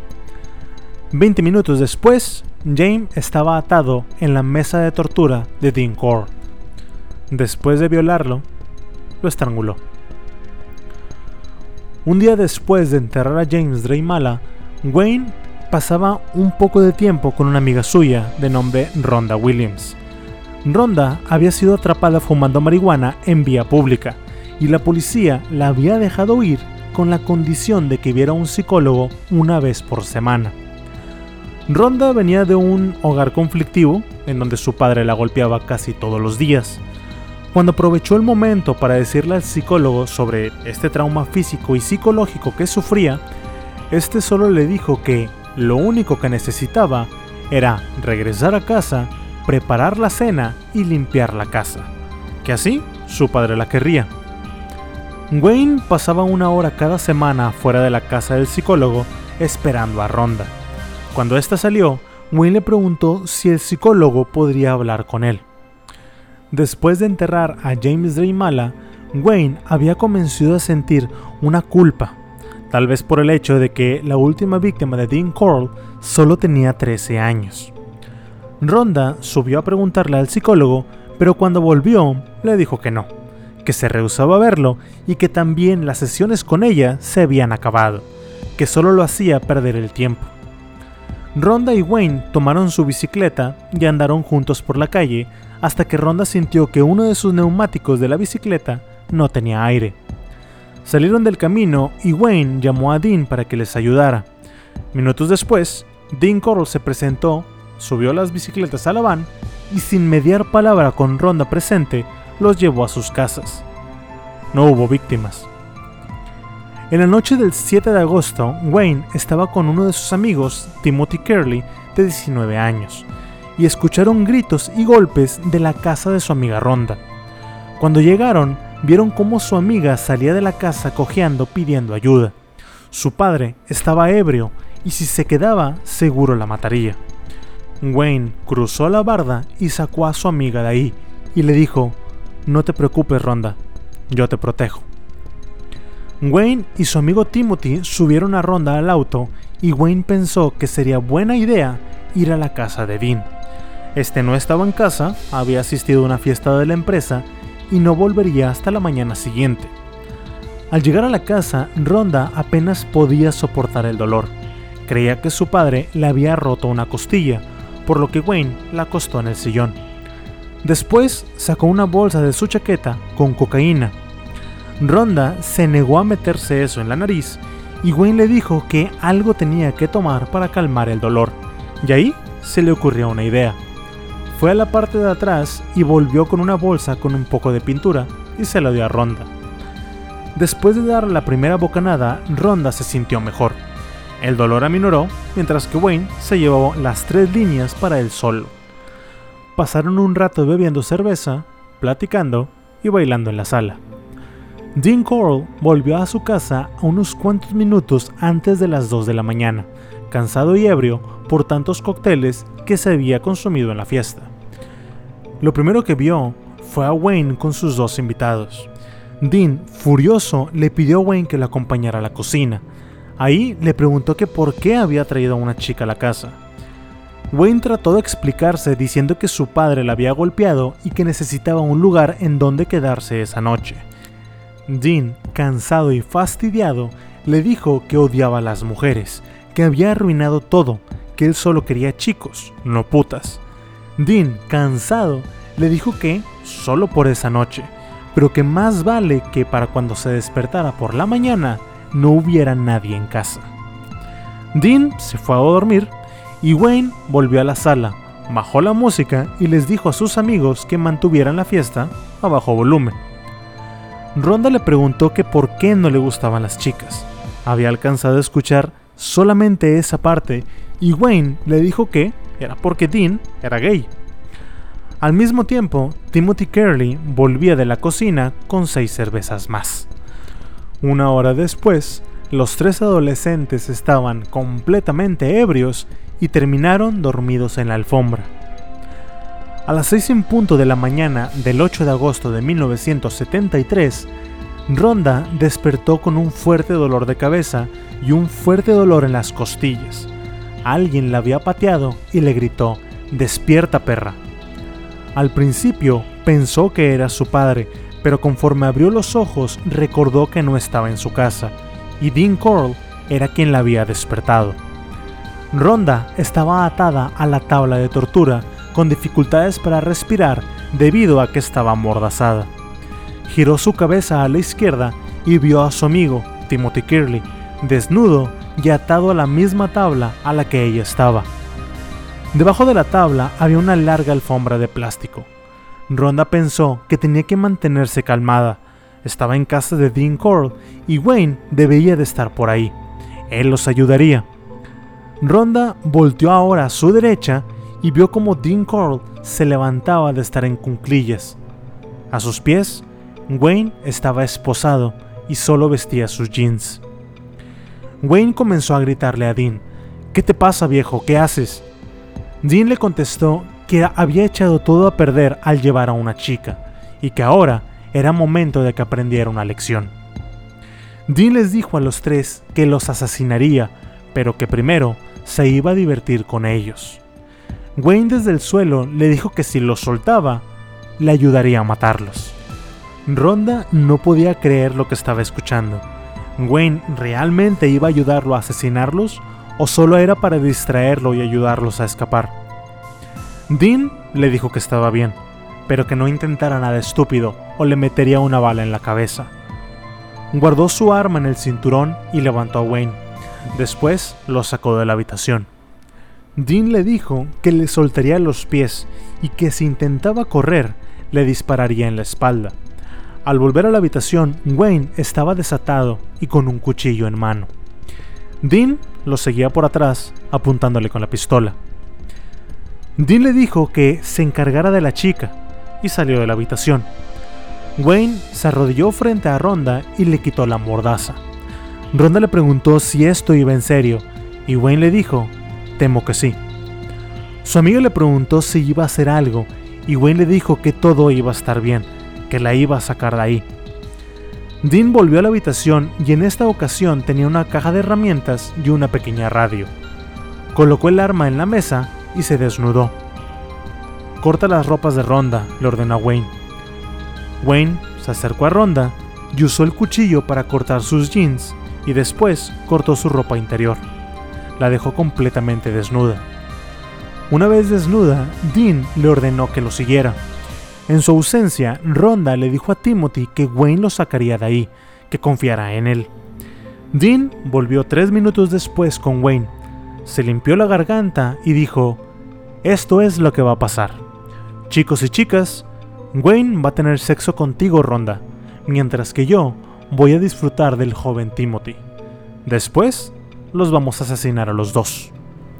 20 minutos después, James estaba atado en la mesa de tortura de Dean Corll. Después de violarlo, lo estranguló. Un día después de enterrar a James Dreymala, Wayne pasaba un poco de tiempo con una amiga suya de nombre Rhonda Williams. Rhonda había sido atrapada fumando marihuana en vía pública y la policía la había dejado ir con la condición de que viera a un psicólogo una vez por semana. Rhonda venía de un hogar conflictivo en donde su padre la golpeaba casi todos los días. Cuando aprovechó el momento para decirle al psicólogo sobre este trauma físico y psicológico que sufría, este solo le dijo que lo único que necesitaba era regresar a casa, preparar la cena y limpiar la casa, que así su padre la querría. Wayne pasaba 1 hora cada semana fuera de la casa del psicólogo esperando a Rhonda. Cuando ésta salió, Wayne le preguntó si el psicólogo podría hablar con él. Después de enterrar a James Dreymala, Wayne había comenzado a sentir una culpa, tal vez por el hecho de que la última víctima de Dean Corll solo tenía 13 años. Rhonda subió a preguntarle al psicólogo, pero cuando volvió le dijo que no, que se rehusaba a verlo y que también las sesiones con ella se habían acabado, que solo lo hacía perder el tiempo. Rhonda y Wayne tomaron su bicicleta y andaron juntos por la calle hasta que Rhonda sintió que uno de sus neumáticos de la bicicleta no tenía aire. Salieron del camino y Wayne llamó a Dean para que les ayudara. Minutos después, Dean Corll se presentó, subió las bicicletas a la van y sin mediar palabra con Rhonda presente, los llevó a sus casas. No hubo víctimas. En la noche del 7 de agosto, Wayne estaba con uno de sus amigos, Timothy Curley, de 19 años, y escucharon gritos y golpes de la casa de su amiga Rhonda. Cuando llegaron, vieron cómo su amiga salía de la casa cojeando pidiendo ayuda. Su padre estaba ebrio y si se quedaba, seguro la mataría. Wayne cruzó la barda y sacó a su amiga de ahí y le dijo: «No te preocupes, Rhonda, yo te protejo». Wayne y su amigo Timothy subieron a Rhonda al auto y Wayne pensó que sería buena idea ir a la casa de Dean. Este no estaba en casa, había asistido a una fiesta de la empresa y no volvería hasta la mañana siguiente. Al llegar a la casa, Rhonda apenas podía soportar el dolor. Creía que su padre le había roto una costilla, por lo que Wayne la acostó en el sillón. Después sacó una bolsa de su chaqueta con cocaína. Rhonda se negó a meterse eso en la nariz y Wayne le dijo que algo tenía que tomar para calmar el dolor, y ahí se le ocurrió una idea. Fue a la parte de atrás y volvió con una bolsa con un poco de pintura y se la dio a Rhonda. Después de dar la primera bocanada, Rhonda se sintió mejor. El dolor aminoró, mientras que Wayne se llevó las 3 líneas para él solo. Pasaron un rato bebiendo cerveza, platicando y bailando en la sala. Dean Corll volvió a su casa a unos cuantos minutos antes de las 2 de la mañana, cansado y ebrio por tantos cócteles que se había consumido en la fiesta. Lo primero que vio fue a Wayne con sus 2 invitados. Dean, furioso, le pidió a Wayne que lo acompañara a la cocina. Ahí le preguntó que por qué había traído a una chica a la casa. Wayne trató de explicarse diciendo que su padre la había golpeado y que necesitaba un lugar en donde quedarse esa noche. Dean, cansado y fastidiado, le dijo que odiaba a las mujeres, que había arruinado todo, que él solo quería chicos, no putas. Dean, cansado, le dijo que solo por esa noche, pero que más vale que para cuando se despertara por la mañana no hubiera nadie en casa. Dean se fue a dormir y Wayne volvió a la sala, bajó la música y les dijo a sus amigos que mantuvieran la fiesta a bajo volumen. Rhonda le preguntó que por qué no le gustaban las chicas. Había alcanzado a escuchar solamente esa parte y Wayne le dijo que era porque Dean era gay. Al mismo tiempo, Timothy Curley volvía de la cocina con 6 cervezas más. 1 hora después, los 3 adolescentes estaban completamente ebrios y terminaron dormidos en la alfombra. A las 6 en punto de la mañana del 8 de agosto de 1973, Rhonda despertó con un fuerte dolor de cabeza y un fuerte dolor en las costillas. Alguien la había pateado y le gritó: «¡Despierta, perra!». Al principio pensó que era su padre, pero conforme abrió los ojos recordó que no estaba en su casa y Dean Corll era quien la había despertado. Rhonda estaba atada a la tabla de tortura con dificultades para respirar debido a que estaba amordazada. Giró su cabeza a la izquierda y vio a su amigo, Timothy Kearley, desnudo y atado a la misma tabla a la que ella estaba. Debajo de la tabla había una larga alfombra de plástico. Rhonda pensó que tenía que mantenerse calmada. Estaba en casa de Dean Corll y Wayne debía de estar por ahí. Él los ayudaría. Rhonda volteó ahora a su derecha y vio como Dean Corll se levantaba de estar en cuclillas. A sus pies, Wayne estaba esposado y solo vestía sus jeans. Wayne comenzó a gritarle a Dean: «¿Qué te pasa, viejo? ¿Qué haces?». Dean le contestó que había echado todo a perder al llevar a una chica y que ahora era momento de que aprendiera una lección. Dean les dijo a los tres que los asesinaría, pero que primero se iba a divertir con ellos. Wayne desde el suelo le dijo que si los soltaba, le ayudaría a matarlos. Rhonda no podía creer lo que estaba escuchando. ¿Wayne realmente iba a ayudarlo a asesinarlos o solo era para distraerlo y ayudarlos a escapar? Dean le dijo que estaba bien, pero que no intentara nada estúpido o le metería una bala en la cabeza. Guardó su arma en el cinturón y levantó a Wayne. Después lo sacó de la habitación. Dean le dijo que le soltaría los pies y que si intentaba correr, le dispararía en la espalda. Al volver a la habitación, Wayne estaba desatado y con un cuchillo en mano. Dean lo seguía por atrás, apuntándole con la pistola. Dean le dijo que se encargara de la chica y salió de la habitación. Wayne se arrodilló frente a Rhonda y le quitó la mordaza. Rhonda le preguntó si esto iba en serio y Wayne le dijo: «Temo que sí». Su amigo le preguntó si iba a hacer algo y Wayne le dijo que todo iba a estar bien, que la iba a sacar de ahí. Dean volvió a la habitación y en esta ocasión tenía una caja de herramientas y una pequeña radio. Colocó el arma en la mesa y se desnudó. «Corta las ropas de Rhonda», le ordenó a Wayne. Wayne se acercó a Rhonda y usó el cuchillo para cortar sus jeans y después cortó su ropa interior. La dejó completamente desnuda. Una vez desnuda, Dean le ordenó que lo siguiera. En su ausencia, Rhonda le dijo a Timothy que Wayne lo sacaría de ahí, que confiara en él. Dean volvió 3 minutos después con Wayne. Se limpió la garganta y dijo: «Esto es lo que va a pasar. Chicos y chicas, Wayne va a tener sexo contigo, Rhonda, mientras que yo voy a disfrutar del joven Timothy. Después, los vamos a asesinar a los dos».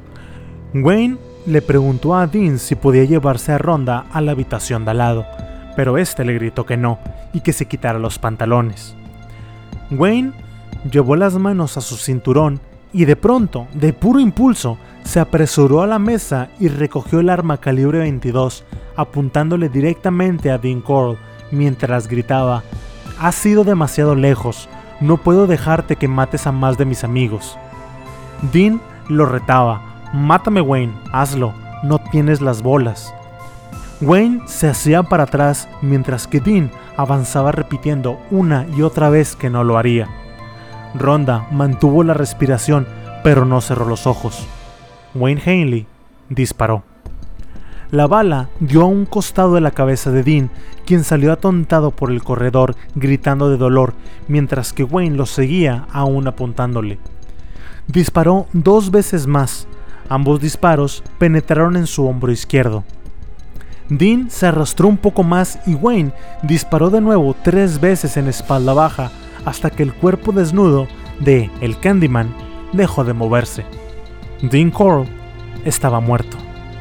Wayne le preguntó a Dean si podía llevarse a Rhonda a la habitación de al lado, pero este le gritó que no y que se quitara los pantalones. Wayne llevó las manos a su cinturón y de pronto, de puro impulso, se apresuró a la mesa y recogió el arma calibre 22, apuntándole directamente a Dean Corll mientras gritaba: «Has ido demasiado lejos, no puedo dejarte que mates a más de mis amigos». Dean lo retaba: «Mátame, Wayne, hazlo, no tienes las bolas». Wayne se hacía para atrás mientras que Dean avanzaba repitiendo una y otra vez que no lo haría. Rhonda mantuvo la respiración pero no cerró los ojos. Wayne Hanley disparó. La bala dio a un costado de la cabeza de Dean, quien salió atontado por el corredor gritando de dolor, mientras que Wayne lo seguía aún apuntándole. Disparó 2 veces más. Ambos disparos penetraron en su hombro izquierdo. Dean se arrastró un poco más y Wayne disparó de nuevo 3 veces en espalda baja hasta que el cuerpo desnudo de el Candyman dejó de moverse. Dean Corll estaba muerto.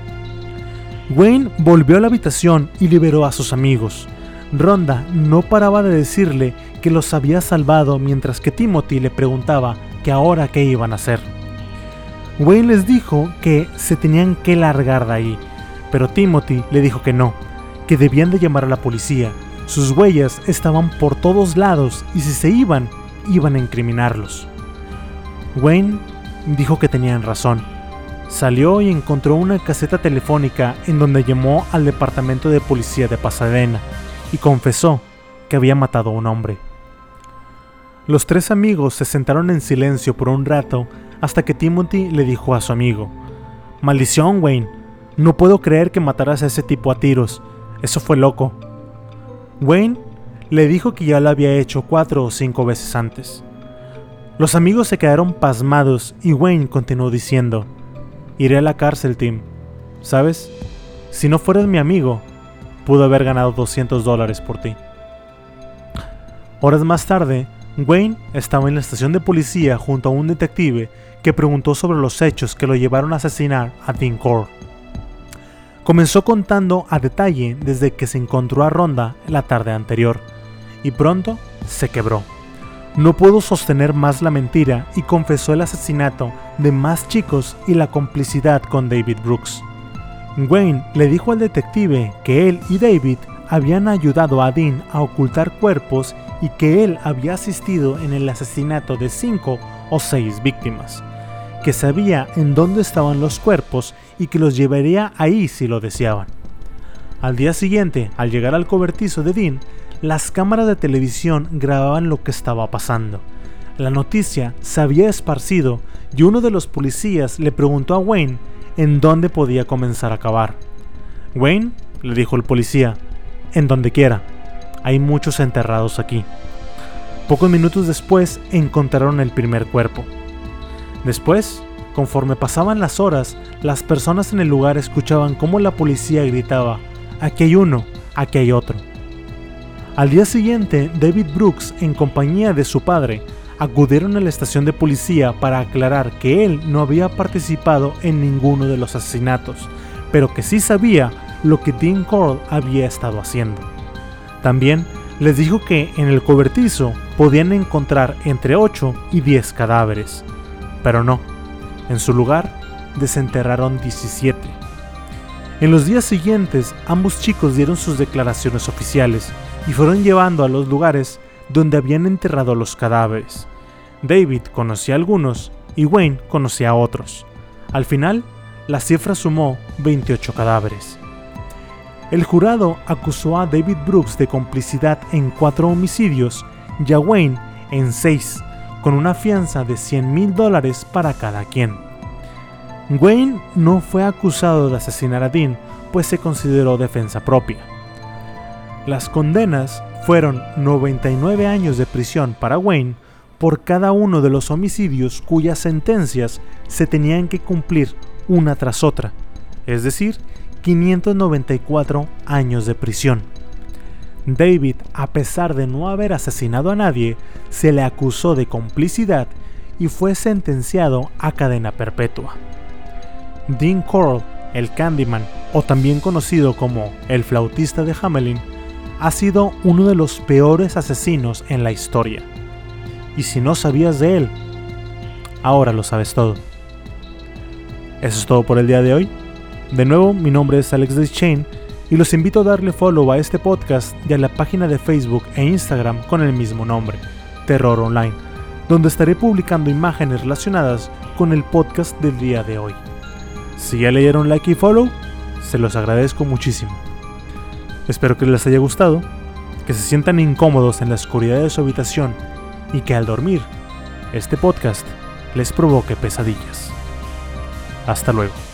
Wayne volvió a la habitación y liberó a sus amigos. Rhonda no paraba de decirle que los había salvado mientras que Timothy le preguntaba que ahora qué iban a hacer. Wayne les dijo que se tenían que largar de ahí, pero Timothy le dijo que no, que debían de llamar a la policía. Sus huellas estaban por todos lados y si se iban a incriminarlos. Wayne dijo que tenían razón. Salió y encontró una caseta telefónica en donde llamó al departamento de policía de Pasadena y confesó que había matado a un hombre. Los tres amigos se sentaron en silencio por un rato hasta que Timothy le dijo a su amigo: «Maldición, Wayne, no puedo creer que mataras a ese tipo a tiros, eso fue loco». Wayne le dijo que ya lo había hecho 4 o 5 veces antes. Los amigos se quedaron pasmados y Wayne continuó diciendo: «Iré a la cárcel, Tim. ¿Sabes? Si no fueras mi amigo, pude haber ganado $200 por ti». Horas más tarde, Wayne estaba en la estación de policía junto a un detective que preguntó sobre los hechos que lo llevaron a asesinar a Dean Corll. Comenzó contando a detalle desde que se encontró a Rhonda la tarde anterior, y pronto se quebró. No pudo sostener más la mentira y confesó el asesinato de más chicos y la complicidad con David Brooks. Wayne le dijo al detective que él y David habían ayudado a Dean a ocultar cuerpos y que él había asistido en el asesinato de 5 o 6 víctimas, que sabía en dónde estaban los cuerpos y que los llevaría ahí si lo deseaban. Al día siguiente, al llegar al cobertizo de Dean, las cámaras de televisión grababan lo que estaba pasando. La noticia se había esparcido y uno de los policías le preguntó a Wayne en dónde podía comenzar a cavar. «Wayne», le dijo el policía, «en donde quiera. Hay muchos enterrados aquí». Pocos minutos después encontraron el primer cuerpo. Después, conforme pasaban las horas, las personas en el lugar escuchaban cómo la policía gritaba: «Aquí hay uno, aquí hay otro». Al día siguiente, David Brooks, en compañía de su padre, acudieron a la estación de policía para aclarar que él no había participado en ninguno de los asesinatos, pero que sí sabía lo que Dean Corll había estado haciendo. También les dijo que en el cobertizo podían encontrar entre 8 y 10 cadáveres, pero no, en su lugar desenterraron 17. En los días siguientes, ambos chicos dieron sus declaraciones oficiales y fueron llevando a los lugares donde habían enterrado los cadáveres. David conocía a algunos y Wayne conocía a otros. Al final, la cifra sumó 28 cadáveres. El jurado acusó a David Brooks de complicidad en 4 homicidios y a Wayne en 6, con una fianza de $100,000 para cada quien. Wayne no fue acusado de asesinar a Dean, pues se consideró defensa propia. Las condenas fueron 99 años de prisión para Wayne por cada uno de los homicidios cuyas sentencias se tenían que cumplir una tras otra, es decir, 594 años de prisión. David, a pesar de no haber asesinado a nadie, se le acusó de complicidad y fue sentenciado a cadena perpetua. Dean Corll, el Candyman, o también conocido como el flautista de Hamelin, ha sido uno de los peores asesinos en la historia. Y si no sabías de él, ahora lo sabes todo. Eso es todo por el día de hoy. De nuevo, mi nombre es Alex Deschain y los invito a darle follow a este podcast y a la página de Facebook e Instagram con el mismo nombre, Terror Online, donde estaré publicando imágenes relacionadas con el podcast del día de hoy. Si ya le dieron like y follow, se los agradezco muchísimo. Espero que les haya gustado, que se sientan incómodos en la oscuridad de su habitación y que al dormir, este podcast les provoque pesadillas. Hasta luego.